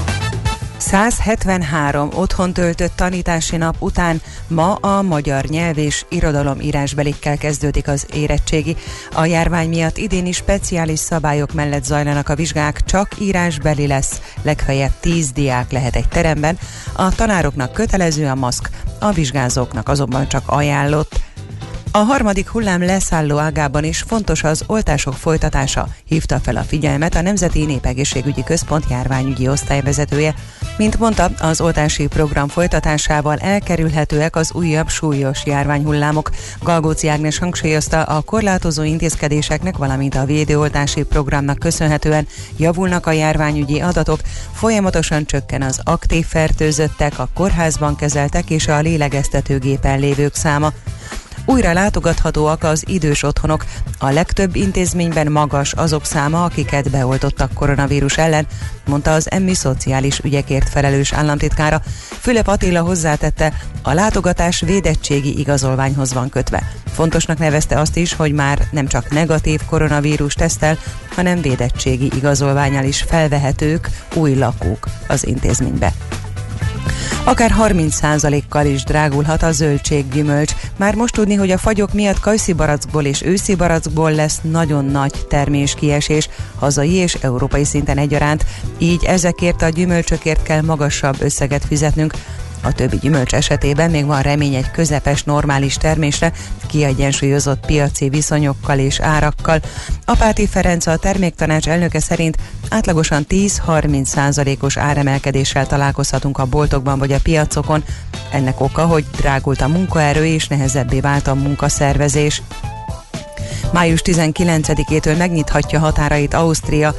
173 otthon töltött tanítási nap után ma a magyar nyelv és irodalom írásbelikkel kezdődik az érettségi. A járvány miatt idén is speciális szabályok mellett zajlanak a vizsgák, csak írásbeli lesz, legfeljebb 10 diák lehet egy teremben, a tanároknak kötelező a maszk, a vizsgázóknak azonban csak ajánlott. A harmadik hullám leszálló ágában is fontos az oltások folytatása, hívta fel a figyelmet a Nemzeti Népegészségügyi Központ járványügyi osztályvezetője. Mint mondta, az oltási program folytatásával elkerülhetőek az újabb súlyos járványhullámok. Galgóci Ágnes hangsúlyozta, a korlátozó intézkedéseknek, valamint a védőoltási programnak köszönhetően javulnak a járványügyi adatok, folyamatosan csökken az aktív fertőzöttek, a kórházban kezeltek és a lélegeztetőgépen lévők száma. Újra látogathatóak az idős otthonok. A legtöbb intézményben magas azok száma, akiket beoltottak koronavírus ellen, mondta az EMMI szociális ügyekért felelős államtitkára. Fülöp Attila hozzátette, a látogatás védettségi igazolványhoz van kötve. Fontosnak nevezte azt is, hogy már nem csak negatív koronavírus tesztel, hanem védettségi igazolvánnyal is felvehetők új lakók az intézménybe. Akár 30%-kal is drágulhat a zöldséggyümölcs. Már most tudni, hogy a fagyok miatt kajszibarackból és őszibarackból lesz nagyon nagy terméskiesés, hazai és európai szinten egyaránt, így ezekért a gyümölcsökért kell magasabb összeget fizetnünk. A többi gyümölcs esetében még van remény egy közepes normális termésre, kiegyensúlyozott piaci viszonyokkal és árakkal. Apáti Ferenc, a terméktanács elnöke szerint átlagosan 10-30%-os áremelkedéssel találkozhatunk a boltokban vagy a piacokon. Ennek oka, hogy drágult a munkaerő és nehezebbé vált a munkaszervezés. Május 19-től megnyithatja határait Ausztria.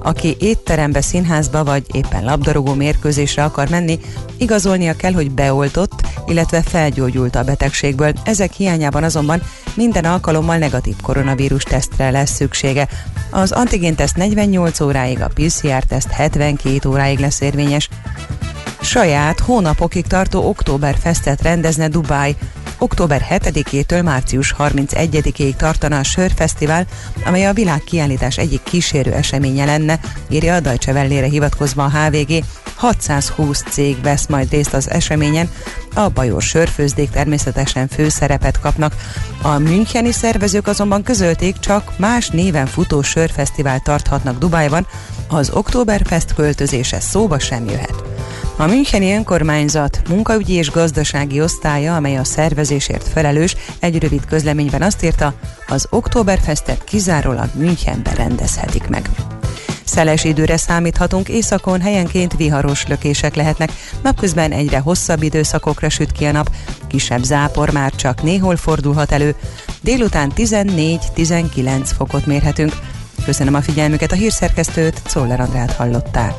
Aki étterembe, színházba vagy éppen labdarúgó mérkőzésre akar menni, igazolnia kell, hogy beoltott, illetve felgyógyult a betegségből. Ezek hiányában azonban minden alkalommal negatív koronavírus tesztre lesz szüksége. Az antigénteszt 48 óráig, a PCR-teszt 72 óráig lesz érvényes. Saját hónapokig tartó Oktoberfestet rendezne Dubáj. Október 7-től március 31-ig tartana a Sörfesztivál, amely a világkiállítás egyik kísérő eseménye lenne, írja a Deutsche Wellére hivatkozva a HVG. 620 cég vesz majd részt az eseményen, a bajor sörfőzdék természetesen főszerepet kapnak. A müncheni szervezők azonban közölték, csak más néven futó sörfesztivál tarthatnak Dubájban, az Oktoberfest költözése szóba sem jöhet. A müncheni önkormányzat munkaügyi és gazdasági osztálya, amely a szervezésért felelős, egy rövid közleményben azt írta, az Oktoberfestet kizárólag Münchenben rendezhetik meg. Szeles időre számíthatunk, északon helyenként viharos lökések lehetnek, napközben egyre hosszabb időszakokra süt ki a nap, kisebb zápor már csak néhol fordulhat elő, délután 14-19 fokot mérhetünk. Köszönöm a figyelmüket, a hírszerkesztőt, Czoller Andrát hallották.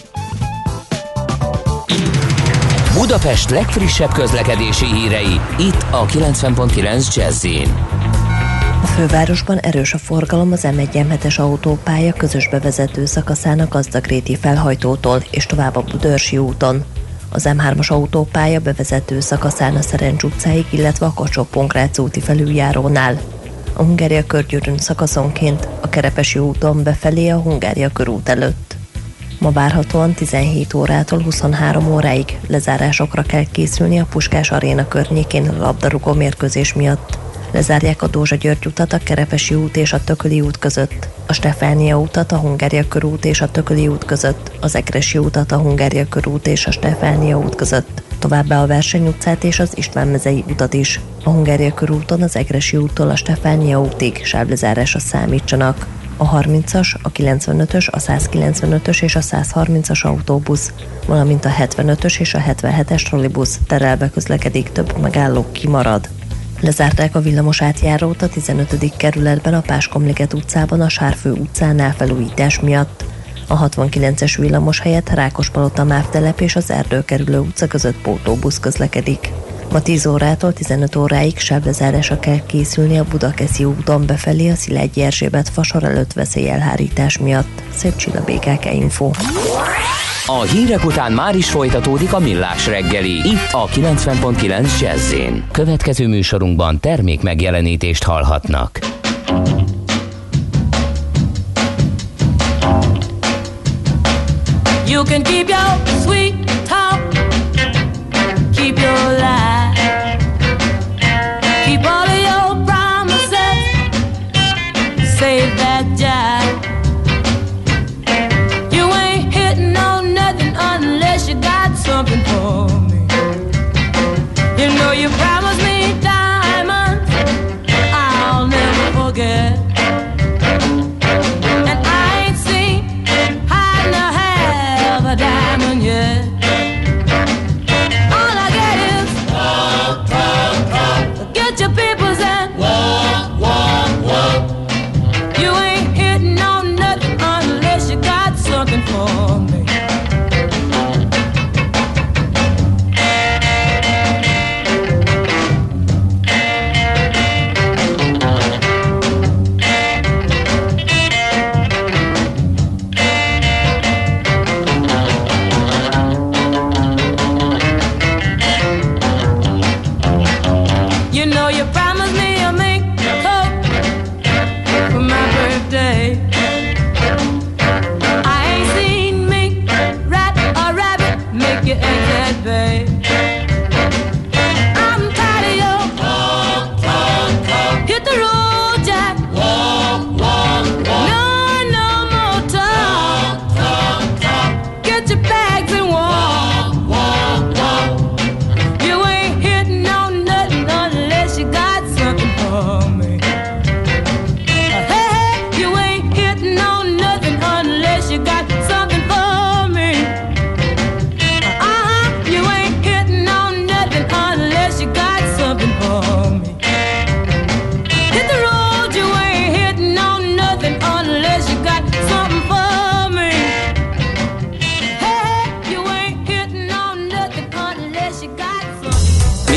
Budapest legfrissebb közlekedési hírei, itt a 90.9 Jazz-in. A fővárosban erős a forgalom az M1-M7-es autópálya közös bevezető szakaszán a Gazdagréti felhajtótól és tovább a Budörsi úton. Az M3-as autópálya bevezető szakaszán a Szerencs utcáig, illetve a Kacsó-Pongrác úti felüljárónál. A Hungária körgyűrűn szakaszonként a Kerepesi úton befelé a Hungária körút előtt. Ma várhatóan 17 órától 23 óráig lezárásokra kell készülni a Puskás Aréna környékén a labdarúgó mérkőzés miatt. Lezárják a Dózsa György utat a Kerepesi út és a Tököli út között, a Stefánia utat a Hungária körút és a Tököli út között, az Ekressy utat a Hungária körút és a Stefánia út között, továbbá a Verseny utcát és az István mezei utat is. A Hungária körúton az Ekressy úttól a Stefánia útig sávlezárásra számítsanak. A 30-as, a 95-ös, a 195-ös és a 130-as autóbusz, valamint a 75-ös és a 77-es trollibusz terelve közlekedik, több megálló kimarad. Lezárták a villamos átjárót a 15. kerületben a Páskomliget utcában a Sárfő utcánál felújítás miatt. A 69-es villamos helyett Rákospalota Mávtelep és az Erdőkerülő utca között pótóbusz közlekedik. Ma 10 órától 15 óráig sávlezárásra kell készülni a Budakeszi úton befelé a Szilágyi Erzsébet fasor előtt veszélyelhárítás miatt. Szép Csilla, BKK Info. A hírek után már is folytatódik a Millás reggeli, itt a 90.9 Jazz-in. Következő műsorunkban termék megjelenítést hallhatnak. You can keep your sweet talk, keep your lie, keep all of your promises, save that jive. You ain't hitting on nothing unless you got something for me. You know you promised me diamonds, I'll never forget. And I ain't seen hide nor have a diamond yet.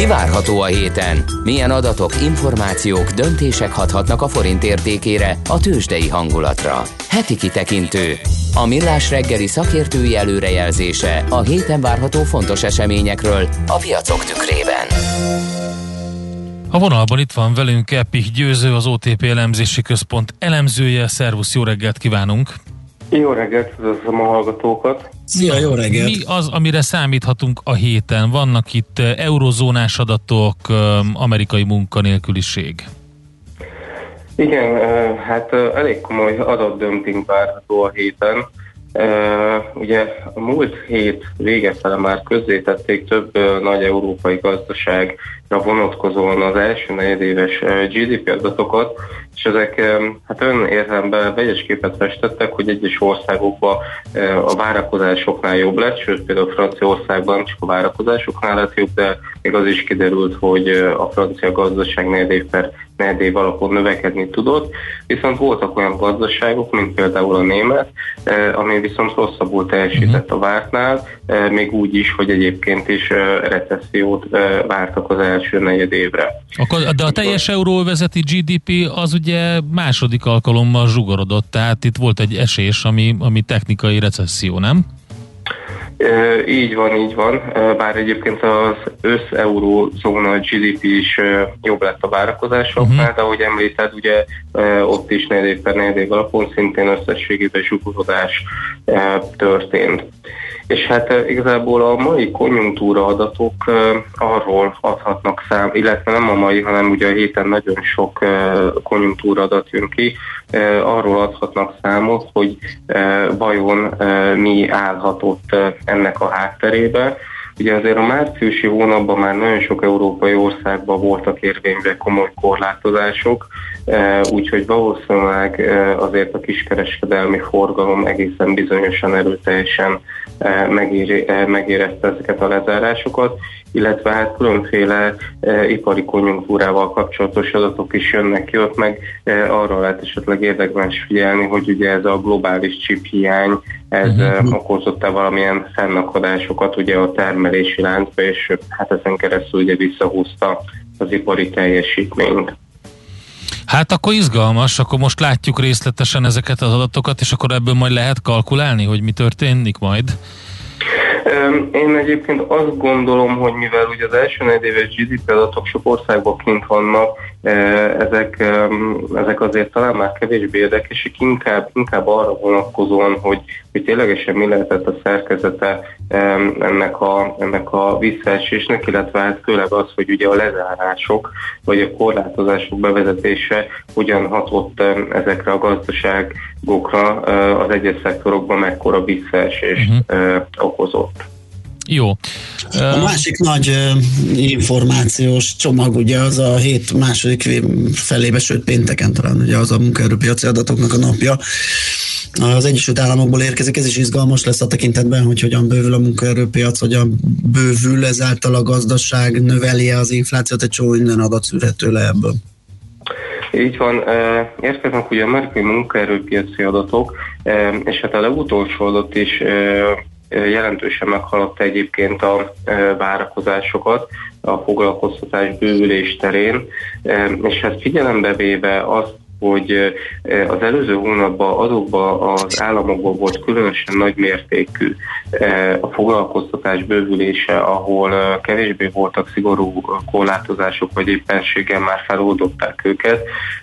várható a héten? Milyen adatok, információk, döntések hathatnak a forint értékére, a tőzsdei hangulatra? Heti kitekintő. A Millás reggeli szakértői előrejelzése a héten várható fontos eseményekről a piacok tükrében. A vonalban itt van velünk Eppich Győző, az OTP elemzési központ elemzője. Szervusz, jó reggelt kívánunk! Jó reggelt, üdvözlöm a hallgatókat! Szia, jó reggelt! Mi az, amire számíthatunk a héten? Vannak itt eurozónás adatok, amerikai munkanélküliség. Igen, hát elég komoly adatdömping várható a héten. Ugye a múlt hét vége fele már közzétették több nagy európai gazdaságra vonatkozóan az első negyedéves GDP adatokat, és ezek hát olyan értelemben vegyes képet festettek, hogy egyes országokban a várakozásoknál jobb lett, sőt például Franciaországban csak a várakozásoknál lett jobb, de még az is kiderült, hogy a francia gazdaság negyed év alapon növekedni tudott, viszont voltak olyan gazdaságok, mint például a német, ami viszont rosszabbul teljesített a vártnál, még úgy is, hogy egyébként is recessziót vártak az első negyed évre. De a teljes euróvezeti GDP az ugye második alkalommal zsugorodott, tehát itt volt egy esés, ami technikai recesszió, nem? Így van, bár egyébként az össz-eurózóna GDP is jobb lett a várakozásoknál, de ahogy említed, ugye ott is negyed év alapon szintén összességében zsugorodás történt. És hát igazából a mai konjunktúra adatok arról adhatnak szám, illetve nem a mai, hanem ugye a héten nagyon sok konjunktúra adat jön ki, arról adhatnak számot, hogy vajon mi állhatott ennek a hátterébe. Ugye azért a márciusi hónapban már nagyon sok európai országban voltak érvényben komoly korlátozások, úgyhogy valószínűleg azért a kiskereskedelmi forgalom egészen bizonyosan erőteljesen megérezte ezeket a lezárásokat, illetve hát különféle ipari konjunktúrával kapcsolatos adatok is jönnek ki, ott meg arra lehet esetleg érdekes figyelni, hogy ugye ez a globális chip hiány, ez okozott-e valamilyen fennakadásokat ugye a termelési láncba, és hát ezen keresztül ugye visszahúzta az ipari teljesítményt. Hát akkor izgalmas, akkor most látjuk részletesen ezeket az adatokat, és akkor ebből majd lehet kalkulálni, hogy mi történik majd? Én egyébként azt gondolom, hogy mivel ugye az első negyedéves GDP adatok sok országban kint vannak, ezek azért talán már kevésbé érdekesek, inkább arra vonatkozóan, hogy ténylegesen mi lehetett a szerkezete ennek a visszaesésnek, illetve hát főleg az, hogy ugye a lezárások vagy a korlátozások bevezetése hogyan hatott ezekre a gazdaságokra, az egyes szektorokban mekkora visszaesést okozott. Jó. A másik nagy információs csomag ugye az a hét második felébe, sőt pénteken talán ugye az a munkaerőpiaci adatoknak a napja. Az Egyesült Államokból érkezik, ez is izgalmas lesz a tekintetben, hogy hogyan bővül a munkaerőpiac, hogyan bővül ezáltal a gazdaság, növeli az inflációt, egy csomó minden adat szűrhető le ebből. Így van, érkeznek ugye amerikai munkaerőpiaci adatok, és hát a legutolsó adat is jelentősen meghaladta egyébként a várakozásokat a foglalkoztatás bővülés terén, és hát figyelembe véve azt, hogy az előző hónapban azokban az államokban volt különösen nagy mértékű a foglalkoztatás bővülése, ahol kevésbé voltak szigorú korlátozások, vagy éppenséggel már feloldották őket.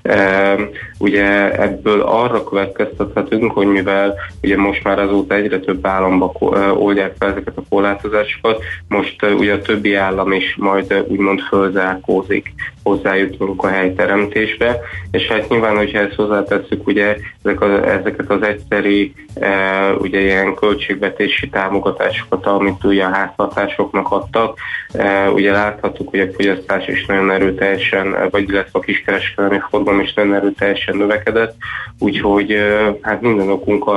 Ugye ebből arra következtethetünk, hogy mivel ugye most már azóta egyre több államba oldják fel ezeket a korlátozásokat, most ugye a többi állam is majd úgymond fölzárkózik hozzájutunk a helyteremtésbe, és hát nyilván, hogyha ezt hozzátesszük, ugye ezeket az egyszeri ugye ilyen költségvetési támogatásokat, amit ugye a háztartásoknak adtak, ugye láthattuk, hogy a fogyasztás is nagyon erőteljesen, vagy illetve a kiskereskedelmi forgalom is nagyon erőteljesen növekedett, úgyhogy hát minden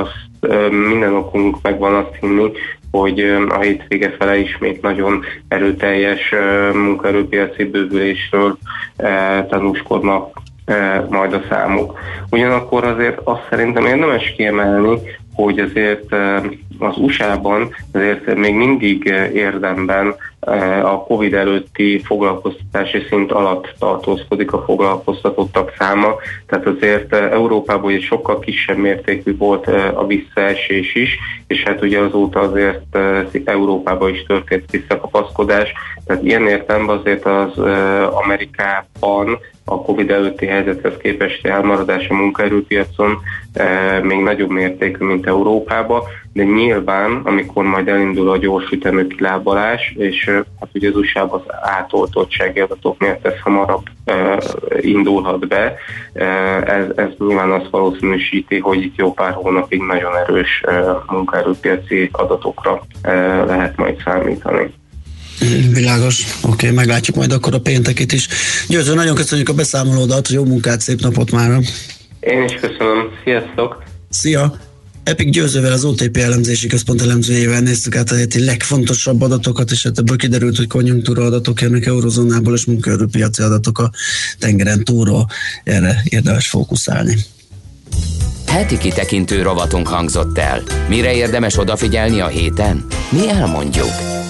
okunk megvan azt hinni, hogy a hétvége fele ismét nagyon erőteljes munkaerőpiaci bővülésről tanúskodnak majd a számok. Ugyanakkor azért azt szerintem érdemes kiemelni, hogy azért az USA-ban azért még mindig érdemben a Covid előtti foglalkoztatási szint alatt tartózkodik a foglalkoztatottak száma, tehát azért Európában egy sokkal kisebb mértékű volt a visszaesés is, és hát ugye azóta azért Európában is történt visszakapaszkodás, tehát ilyen értelemben azért az Amerikában a Covid előtti helyzethez képest elmaradás a munkaerőpiacon még nagyobb mértékű, mint Európában, de nyilván, amikor majd elindul a gyors ütemű kilábalás, és hát ugye az USA-ban az átoltottsági adatok miatt ez hamarabb indulhat be, ez nyilván azt valószínűsíti, hogy itt jó pár hónapig nagyon erős munkaerőpiaci adatokra lehet majd számítani. Világos. Oké, meglátjuk majd akkor a pénteket is. Győző, nagyon köszönjük a beszámolódat, jó munkát, szép napot mára. Én is köszönöm. Sziasztok! Szia! Epic Győzővel, az OTP elemzési központ elemzőjével néztük át a heti legfontosabb adatokat, és hát ebből kiderült, hogy konjunktúra adatok jönnek eurozónából, és munkaerőpiaci adatok a tengeren túlról. Erre érdemes fókuszálni. Heti kitekintő rovatunk hangzott el. Mire érdemes odafigyelni a héten? Mi elmondjuk.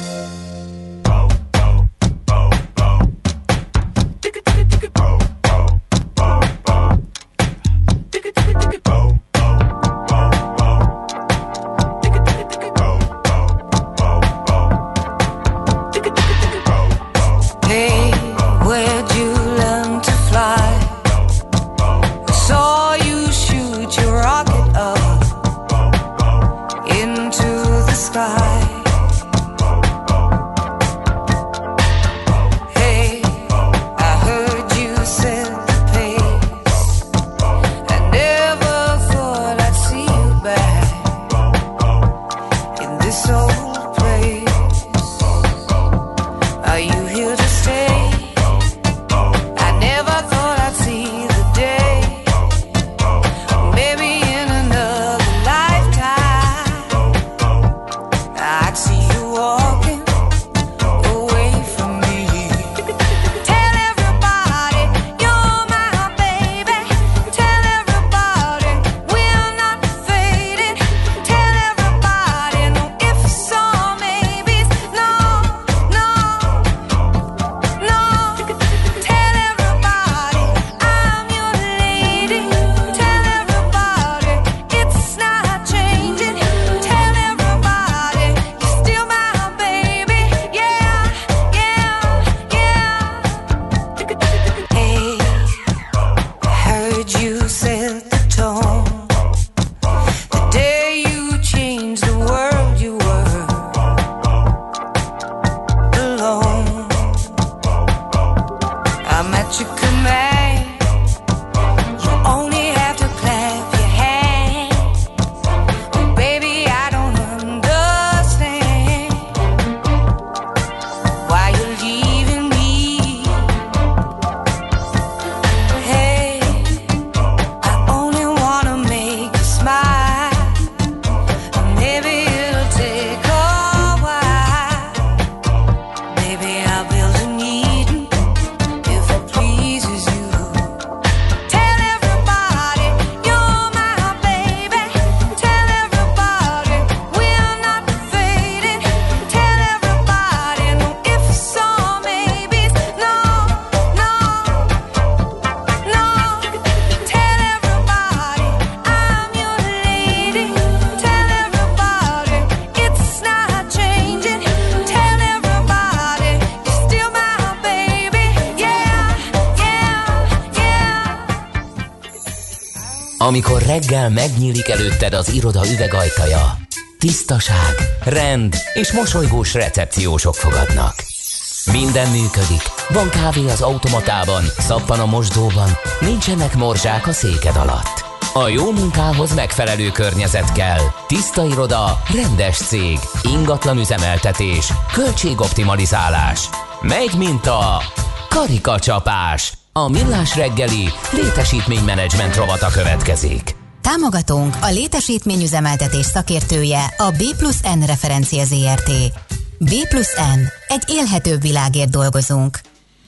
Amikor reggel megnyílik előtted az iroda üvegajtaja, tisztaság, rend és mosolygós recepciósok fogadnak. Minden működik, van kávé az automatában, szappan a mosdóban, nincsenek morzsák a széked alatt. A jó munkához megfelelő környezet kell. Tiszta iroda, rendes cég, ingatlan üzemeltetés, költségoptimalizálás. Megy, mint a karikacsapás. A Millás reggeli létesítménymenedzsment rovata következik. Támogatónk a létesítményüzemeltetés szakértője a B+N Referencia Zrt. B+N. Egy élhetőbb világért dolgozunk.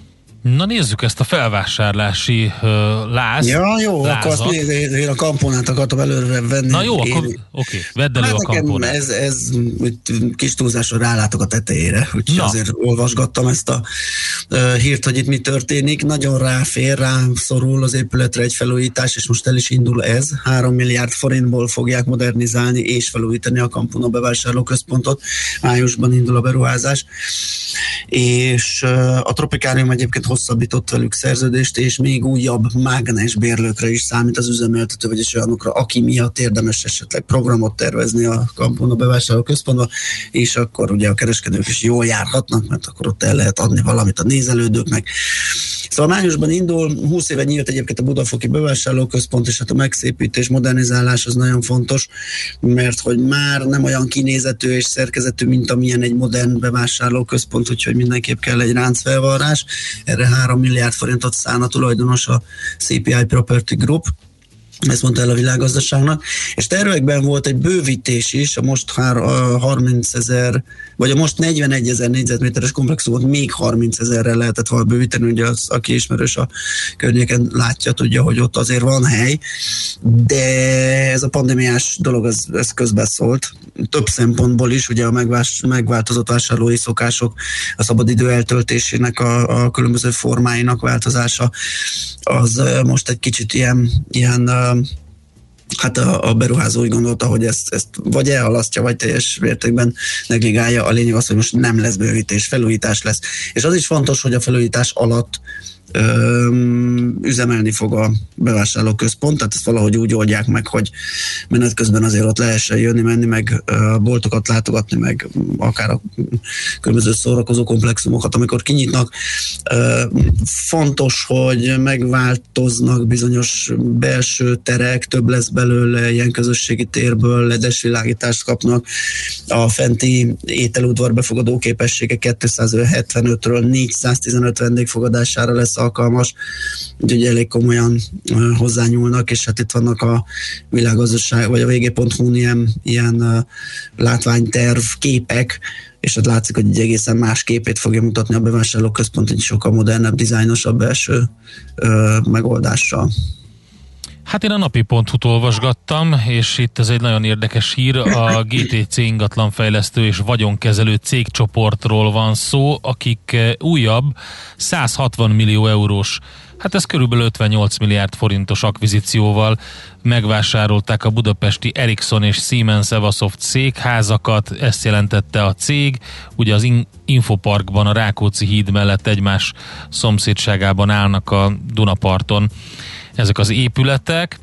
Na nézzük ezt a felvásárlási lázt. Ja, jó, lázat. Akkor én a kamponát akartam előre venni. Na jó, akkor oké, vedd elő a kamponát. Ez kis túlzásra rálátok a tetejére, úgyhogy azért olvasgattam ezt a hírt, hogy itt mi történik. Nagyon rám szorul az épületre egy felújítás, és most el is indul ez. 3 milliárd forintból fogják modernizálni és felújítani a Kampona bevásárlóközpontot. Májusban indul a beruházás. És a Tropikárium egyébként hosszabbított velük szerződést, és még újabb mágnes bérlőkre is számít az üzemeltető, vagyis olyanokra, aki miatt érdemes esetleg programot tervezni a Kampona bevásárlóközpontba, és akkor ugye a kereskedők is jól járhatnak, mert akkor ott el lehet adni valamit a nézelődőknek. Szóval májusban indul, 20 éve nyílt egyébként a budafoki bevásárlóközpont, és hát a megszépítés, modernizálás az nagyon fontos, mert hogy már nem olyan kinézetű és szerkezetű, mint amilyen egy modern bevásárlóközpont, úgyhogy mindenképp kell egy ráncfelvarrás. Erre 3 milliárd forintot szán a tulajdonos, a CPI Property Group. Ezt mondta el a Világgazdaságnak, és tervekben volt egy bővítés is, a most 30 000, vagy a most 41 000 négyzetméteres komplexumot még 30 000-rel lehetett volna bővíteni, ugye az, aki ismerős a környéken látja, tudja, hogy ott azért van hely, de ez a pandémiás dolog, ez közbeszólt. Több szempontból is, ugye a megváltozott vásárlói szokások, a szabadidő eltöltésének a különböző formáinak változása, az most egy kicsit ilyen hát a beruházó úgy gondolta, hogy ezt vagy elhalasztja, vagy teljes mértékben negligálja. A lényeg az, hogy most nem lesz bővítés, felújítás lesz. És az is fontos, hogy a felújítás alatt üzemelni fog a bevásárlóközpont, tehát ezt valahogy úgy oldják meg, hogy menet közben azért ott lehessen jönni, menni, meg boltokat látogatni, meg akár a különböző szórakozó komplexumokat, amikor kinyitnak. Fontos, hogy megváltoznak bizonyos belső terek, több lesz belőle, ilyen közösségi térből ledes világítást kapnak. A fenti ételudvar befogadó képessége 275-ről 415 vendégfogadására lesz alkalmas, úgyhogy elég komolyan hozzányúlnak, és hát itt vannak a Világgazdaság, vagy a vg.hu-n ilyen látványterv képek, és ott látszik, hogy egy egészen más képét fogja mutatni a bevásárlóközpont, egy sokkal modernebb, dizájnosabb belső megoldással. Hát én a napi.hu-t olvasgattam, és itt ez egy nagyon érdekes hír, a GTC ingatlanfejlesztő és vagyonkezelő cégcsoportról van szó, akik újabb 160 millió eurós, hát ez körülbelül 58 milliárd forintos akvizícióval megvásárolták a budapesti Ericsson és Siemens Evasoft székházakat, ezt jelentette a cég, ugye az Infoparkban, a Rákóczi híd mellett egymás szomszédságában állnak a Dunaparton ezek az épületek.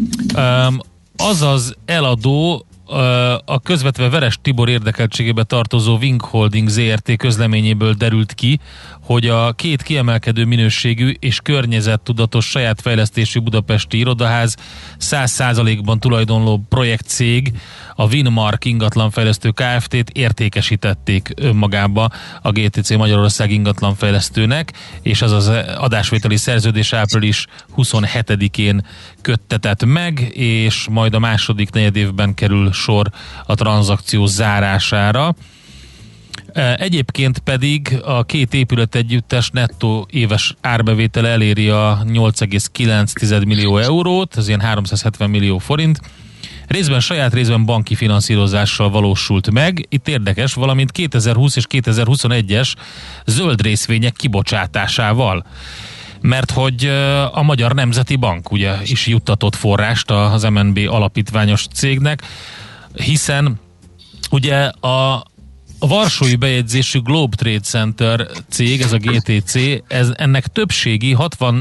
Az az eladó a közvetve Veres Tibor érdekeltségébe tartozó Wing Holding ZRT közleményéből derült ki, hogy a két kiemelkedő minőségű és környezettudatos saját fejlesztésű budapesti irodaház 100%-ban tulajdonló projektcég, a Winmark ingatlanfejlesztő Kft-t értékesítették önmagába a GTC Magyarország ingatlanfejlesztőnek, és az az adásvételi szerződés április 27-én köttetett meg, és majd a második negyedévben kerül sor a tranzakció zárására. Egyébként pedig a két épület együttes nettó éves árbevétele eléri a 8,9 millió eurót, ez ilyen 370 millió forint. Részben saját, részben banki finanszírozással valósult meg. Itt érdekes, valamint 2020 és 2021-es zöld részvények kibocsátásával. Mert hogy a Magyar Nemzeti Bank ugye is juttatott forrást az MNB alapítványos cégnek, hiszen ugye a varsói bejegyzésű Globe Trade Center cég, ez a GTC, ennek többségi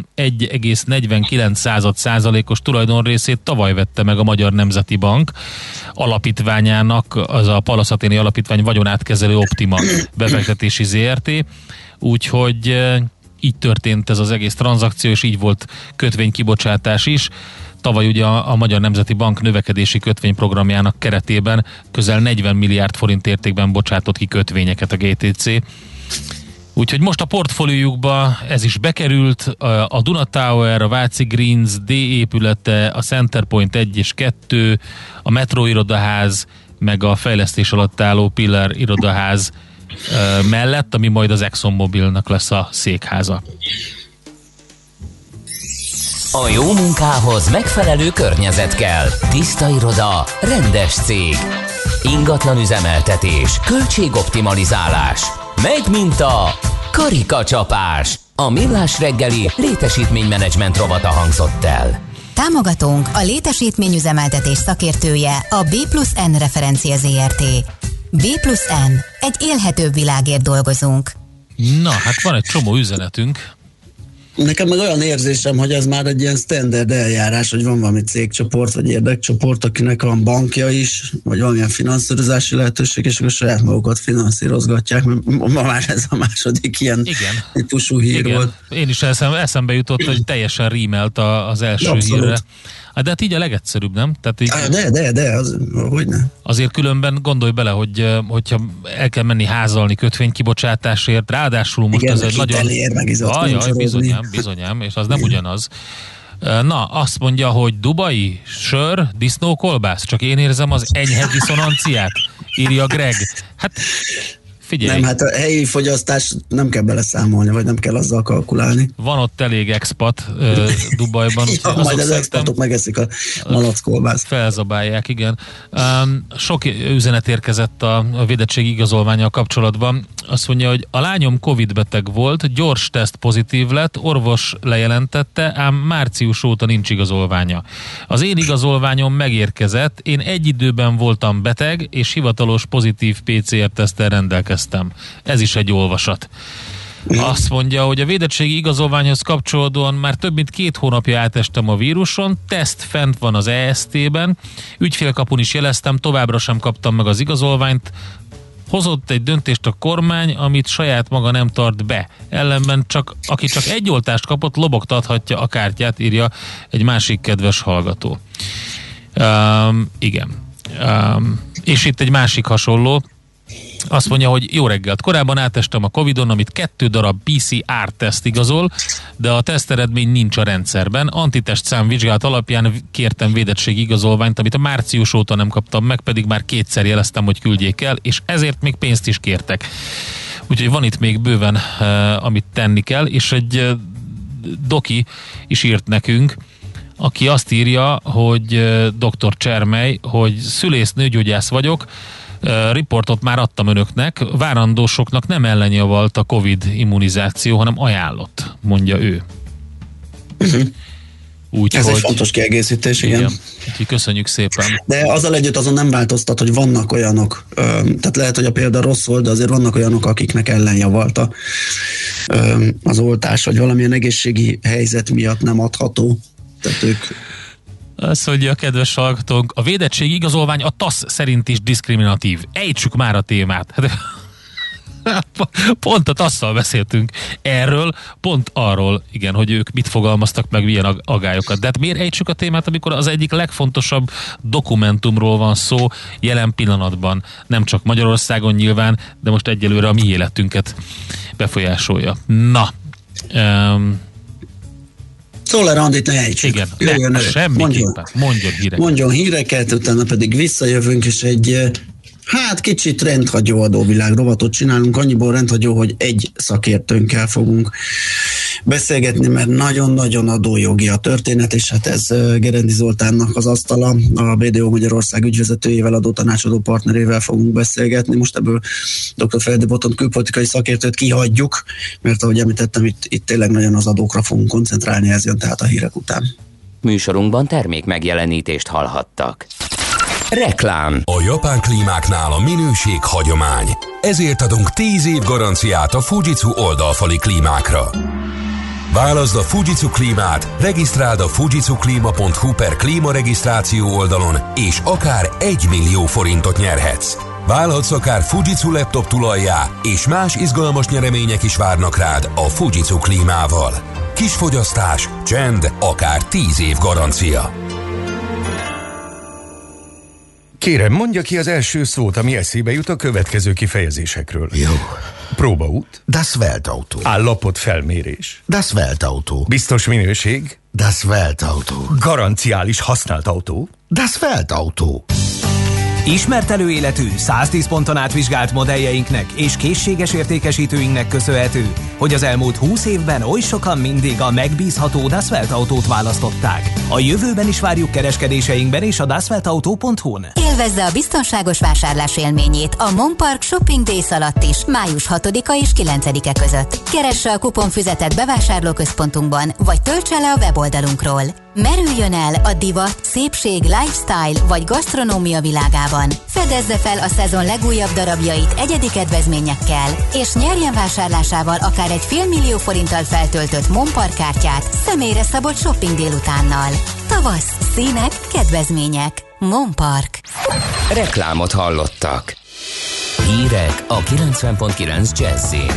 61,49%-os tulajdonrészét tavaly vette meg a Magyar Nemzeti Bank alapítványának, az a Pallas Athéni Alapítvány vagyonátkezelő Optima befektetési ZRT, úgyhogy így történt ez az egész tranzakció, és így volt kötvénykibocsátás is. Tavaly ugye a Magyar Nemzeti Bank növekedési kötvényprogramjának keretében közel 40 milliárd forint értékben bocsátott ki kötvényeket a GTC. Úgyhogy most a portfóliójukba ez is bekerült, a Duna Tower, a Váci Greens D épülete, a Centerpoint 1 és 2, a Metro irodaház, meg a fejlesztés alatt álló Pillar irodaház mellett, ami majd az ExxonMobilnak lesz a székháza. A jó munkához megfelelő környezet kell. Tiszta iroda, rendes cég. Ingatlan üzemeltetés, költségoptimalizálás. Megy, mint a karikacsapás. A Millás reggeli létesítménymenedzsment rovata hangzott el. Támogatónk a létesítményüzemeltetés szakértője a B+N Referencia Zrt. B+N. Egy élhetőbb világért dolgozunk. Na, hát van egy csomó üzenetünk. Nekem meg olyan érzésem, hogy ez már egy ilyen standard eljárás, hogy van valami cégcsoport, vagy érdekcsoport, akinek van bankja is, vagy valamilyen finanszírozási lehetőség, és akkor saját magukat finanszírozgatják, mert ma már ez a második ilyen típusú hír volt. Én is eszembe jutott, hogy teljesen rímelt az első hírre. De hát így a legegyszerűbb, nem? Tehát így, de, hogyne. Azért különben gondolj bele, hogyha el kell menni házalni kötvénykibocsátásért, ráadásul most igen, ez egy nagyon... Bizonyám, és az nem ugyanaz. Na, azt mondja, hogy dubai sör, disznókolbász, csak én érzem az enyhe diszonanciát, írja Greg. Hát... Figyelj. Nem, hát a helyi fogyasztás nem kell beleszámolni, vagy nem kell azzal kalkulálni. Van ott elég expat Dubajban. Ja, majd az expatok megeszik a malackolbászt. Felzabálják, igen. Sok üzenet érkezett a védettségi igazolvánnyal kapcsolatban. Azt mondja, hogy a lányom Covid beteg volt, gyors teszt pozitív lett, orvos lejelentette, ám március óta nincs igazolványa. Az én igazolványom megérkezett, én egy időben voltam beteg, és hivatalos pozitív PCR-teszttel rendelkeztem. Ez is egy olvasat. Azt mondja, hogy a védettségi igazolványhoz kapcsolódóan már több mint 2 hónapja átestem a víruson, teszt fent van az EST-ben, ügyfélkapun is jeleztem, továbbra sem kaptam meg az igazolványt, hozott egy döntést a kormány, amit saját maga nem tart be. Ellenben aki csak egy oltást kapott, lobogtathatja a kártyát, írja egy másik kedves hallgató. Igen. És itt egy másik hasonló. Azt mondja, hogy jó reggelt. Korábban átestem a Covid-on, amit 2 darab PCR-teszt igazol, de a teszteredmény nincs a rendszerben. Antitest számvizsgálat alapján kértem védettségi igazolványt, amit a március óta nem kaptam meg, pedig már 2-szer jeleztem, hogy küldjék el, és ezért még pénzt is kértek. Úgyhogy van itt még bőven, amit tenni kell, és egy doki is írt nekünk, aki azt írja, hogy dr. Csermely, hogy szülész nőgyógyász vagyok, riportot már adtam önöknek, várandósoknak nem ellenjavalt a Covid immunizáció, hanem ajánlott, mondja ő. Ez egy fontos kiegészítés, igen. Úgyhogy köszönjük szépen. De azzal együtt azon nem változtat, hogy vannak olyanok, tehát lehet, hogy a példa rossz volt, de azért vannak olyanok, akiknek ellenjavalta az oltás, vagy valamilyen egészségi helyzet miatt nem adható. Tehát ők... Azt mondja a kedves hallgatónk, a védettségi igazolvány a TASZ szerint is diszkriminatív. Ejtsük már a témát. Pont a TASZ-szal beszéltünk erről, pont arról, igen, hogy ők mit fogalmaztak meg, milyen agályokat. De hát miért ejtsük a témát, amikor az egyik legfontosabb dokumentumról van szó jelen pillanatban. Nem csak Magyarországon nyilván, de most egyelőre a mi életünket befolyásolja. Na, Szoller Andit ne ejtsük. Igen, semmiképpen. Mondjon híreket, utána pedig visszajövünk, és egy kicsit rendhagyó adóvilág rovatot csinálunk, annyiból rendhagyó, hogy egy szakértőnkkel fogunk beszélgetni, mert nagyon-nagyon adójogi a történet, és hát ez Gerendi Zoltánnak az asztala, a BDO Magyarország ügyvezetőjével, adótanácsadó partnerével fogunk beszélgetni. Most ebből dr. Feledi Botont külpolitikai szakértőt kihagyjuk, mert ahogy említettem, itt tényleg nagyon az adókra fogunk koncentrálni, ez jön tehát a hírek után. Műsorunkban termék megjelenítést hallhattak. Reklám. A japán klímáknál a minőség hagyomány. Ezért adunk 10 év garanciát a Fujitsu oldalfali klímákra. Válaszd a Fujitsu klímát, regisztráld a fujitsuklima.hu/klímaregisztráció oldalon, és akár 1 millió forintot nyerhetsz. Válhatsz akár Fujitsu laptop tulajjá, és más izgalmas nyeremények is várnak rád a Fujitsu klímával. Kis fogyasztás, csend, akár 10 év garancia. Kérem, mondja ki az első szót, ami eszébe jut a következő kifejezésekről. Jó. Próbaút. Das Weltauto. Állapot felmérés. Das Weltauto. Biztos minőség. Das Weltauto. Garanciális használt autó. Das Weltauto. Ismert előéletű, 110 ponton átvizsgált modelljeinknek és készséges értékesítőinknek köszönhető, hogy az elmúlt 20 évben oly sokan mindig a megbízható Das Welt autót választották. A jövőben is várjuk kereskedéseinkben és a dasweltauto.hu-n. Élvezze a biztonságos vásárlás élményét a Monpark Shopping Days alatt is, május 6-a és 9-e között. Keresse a kuponfüzetet bevásárlóközpontunkban, vagy töltse le a weboldalunkról. Merüljön el a divat, szépség, lifestyle vagy gasztronómia világában. Fedezze fel a szezon legújabb darabjait egyedi kedvezményekkel, és nyerjen vásárlásával akár egy $500 000 forinttal feltöltött Monpark kártyát személyre szabott shopping délutánnal. Tavasz, színek, kedvezmények. Monpark. Reklámot hallottak. Hírek a 90.9 Jazzin.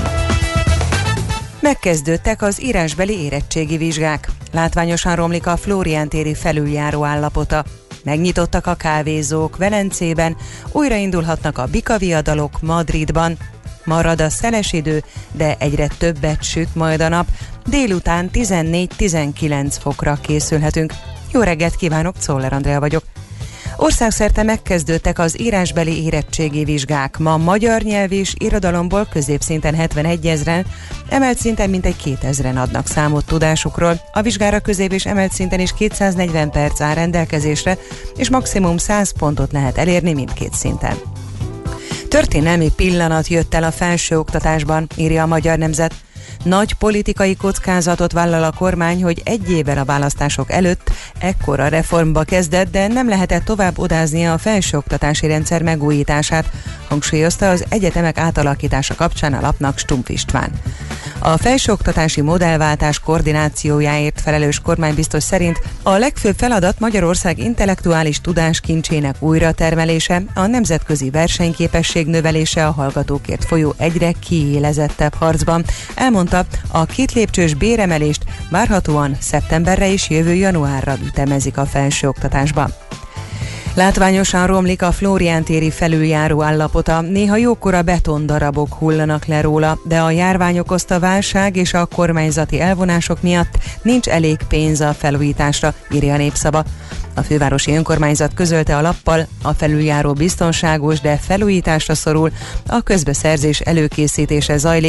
Megkezdődtek az írásbeli érettségi vizsgák. Látványosan romlik a Flórián téri felüljáró állapota. Megnyitottak a kávézók Velencében, újraindulhatnak a bikaviadalok Madridban. Marad a szeles idő, de egyre többet süt majd a nap. Délután 14-19 fokra készülhetünk. Jó reggelt kívánok, Czoller Andrea vagyok. Országszerte megkezdődtek az írásbeli érettségi vizsgák. Ma magyar nyelv és irodalomból középszinten 71 000-en, emelt szinten mintegy 2000-en adnak számot tudásukról. A vizsgára közép és emelt szinten is 240 perc áll rendelkezésre, és maximum 100 pontot lehet elérni mindkét szinten. Történelmi pillanat jött el a felsőoktatásban, írja a Magyar Nemzet. Nagy politikai kockázatot vállal a kormány, hogy egy évvel a választások előtt ekkora reformba kezdett, de nem lehetett tovább odáznia a felsőoktatási rendszer megújítását, hangsúlyozta az egyetemek átalakítása kapcsán a lapnak Stumpf István. A felsőoktatási modellváltás koordinációjáért felelős kormánybiztos szerint a legfőbb feladat Magyarország intellektuális tudáskincsének újratermelése, a nemzetközi versenyképesség növelése a hallgatókért folyó egyre kiélezettebb harcban. Elmondta, a 2 lépcsős béremelést várhatóan szeptemberre és jövő januárra ütemezik a felsőoktatásban. Látványosan romlik a Flórián téri felüljáró állapota, néha jókora betondarabok hullanak le róla, de a járvány okozta válság és a kormányzati elvonások miatt nincs elég pénz a felújításra, írja a Népszava. A fővárosi önkormányzat közölte a lappal, a felüljáró biztonságos, de felújításra szorul, a közbeszerzés előkészítése zajlik.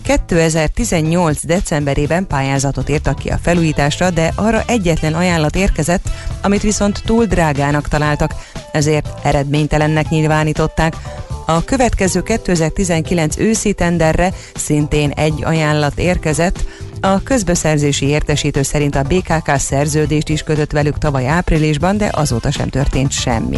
2018. decemberében pályázatot írtak ki a felújításra, de arra egyetlen ajánlat érkezett, amit viszont túl drágának találtak, ezért eredménytelennek nyilvánították. A következő 2019 őszi tenderre szintén egy ajánlat érkezett, a közbeszerzési értesítő szerint a BKK szerződést is kötött velük tavaly áprilisban, de azóta sem történt semmi.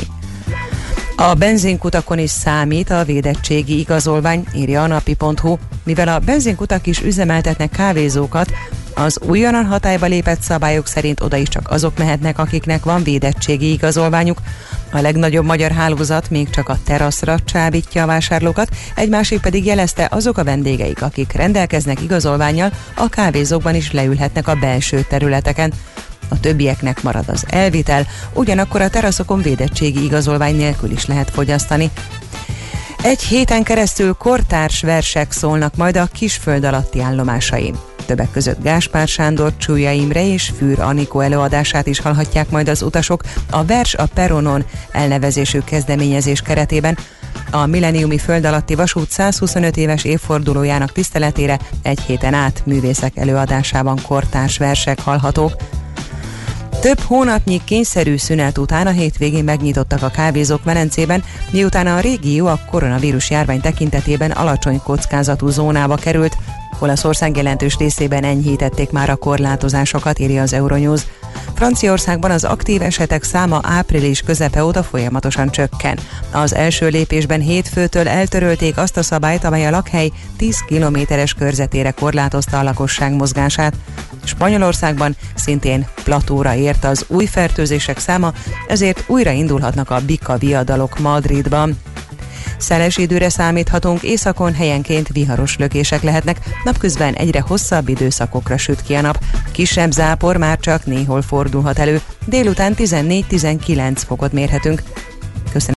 A benzinkutakon is számít a védettségi igazolvány, írja a napi.hu. Mivel a benzinkutak is üzemeltetnek kávézókat, az újonnan hatályba lépett szabályok szerint oda is csak azok mehetnek, akiknek van védettségi igazolványuk. A legnagyobb magyar hálózat még csak a teraszra csábítja a vásárlókat, egy másik pedig jelezte, azok a vendégeik, akik rendelkeznek igazolvánnyal, a kávézókban is leülhetnek a belső területeken. A többieknek marad az elvitel, ugyanakkor a teraszokon védettségi igazolvány nélkül is lehet fogyasztani. Egy héten keresztül kortárs versek szólnak majd a Kisföld alatti állomásain. Többek között Gáspár Sándor, Csúlya Imre és Fűr Anikó előadását is hallhatják majd az utasok a Vers a Peronon elnevezésű kezdeményezés keretében. A milleniumi föld alatti vasút 125 éves évfordulójának tiszteletére egy héten át művészek előadásában kortárs versek hallhatók. Több hónapnyi kényszerű szünet után a hétvégén megnyitottak a kávézók Velencében, miután a régió a koronavírus járvány tekintetében alacsony kockázatú zónába került. Olaszország jelentős részében enyhítették már a korlátozásokat, írja az Euronews. Franciaországban az aktív esetek száma április közepe óta folyamatosan csökken. Az első lépésben hétfőtől eltörölték azt a szabályt, amely a lakhely 10 kilométeres körzetére korlátozta a lakosság mozgását. Spanyolországban szintén platóra ért az új fertőzések száma, ezért újraindulhatnak a bikaviadalok Madridban. Szeles időre számíthatunk, északon helyenként viharos lökések lehetnek, napközben egyre hosszabb időszakokra süt ki a nap. Kisebb zápor már csak néhol fordulhat elő, délután 14-19 fokot mérhetünk. Köszönöm.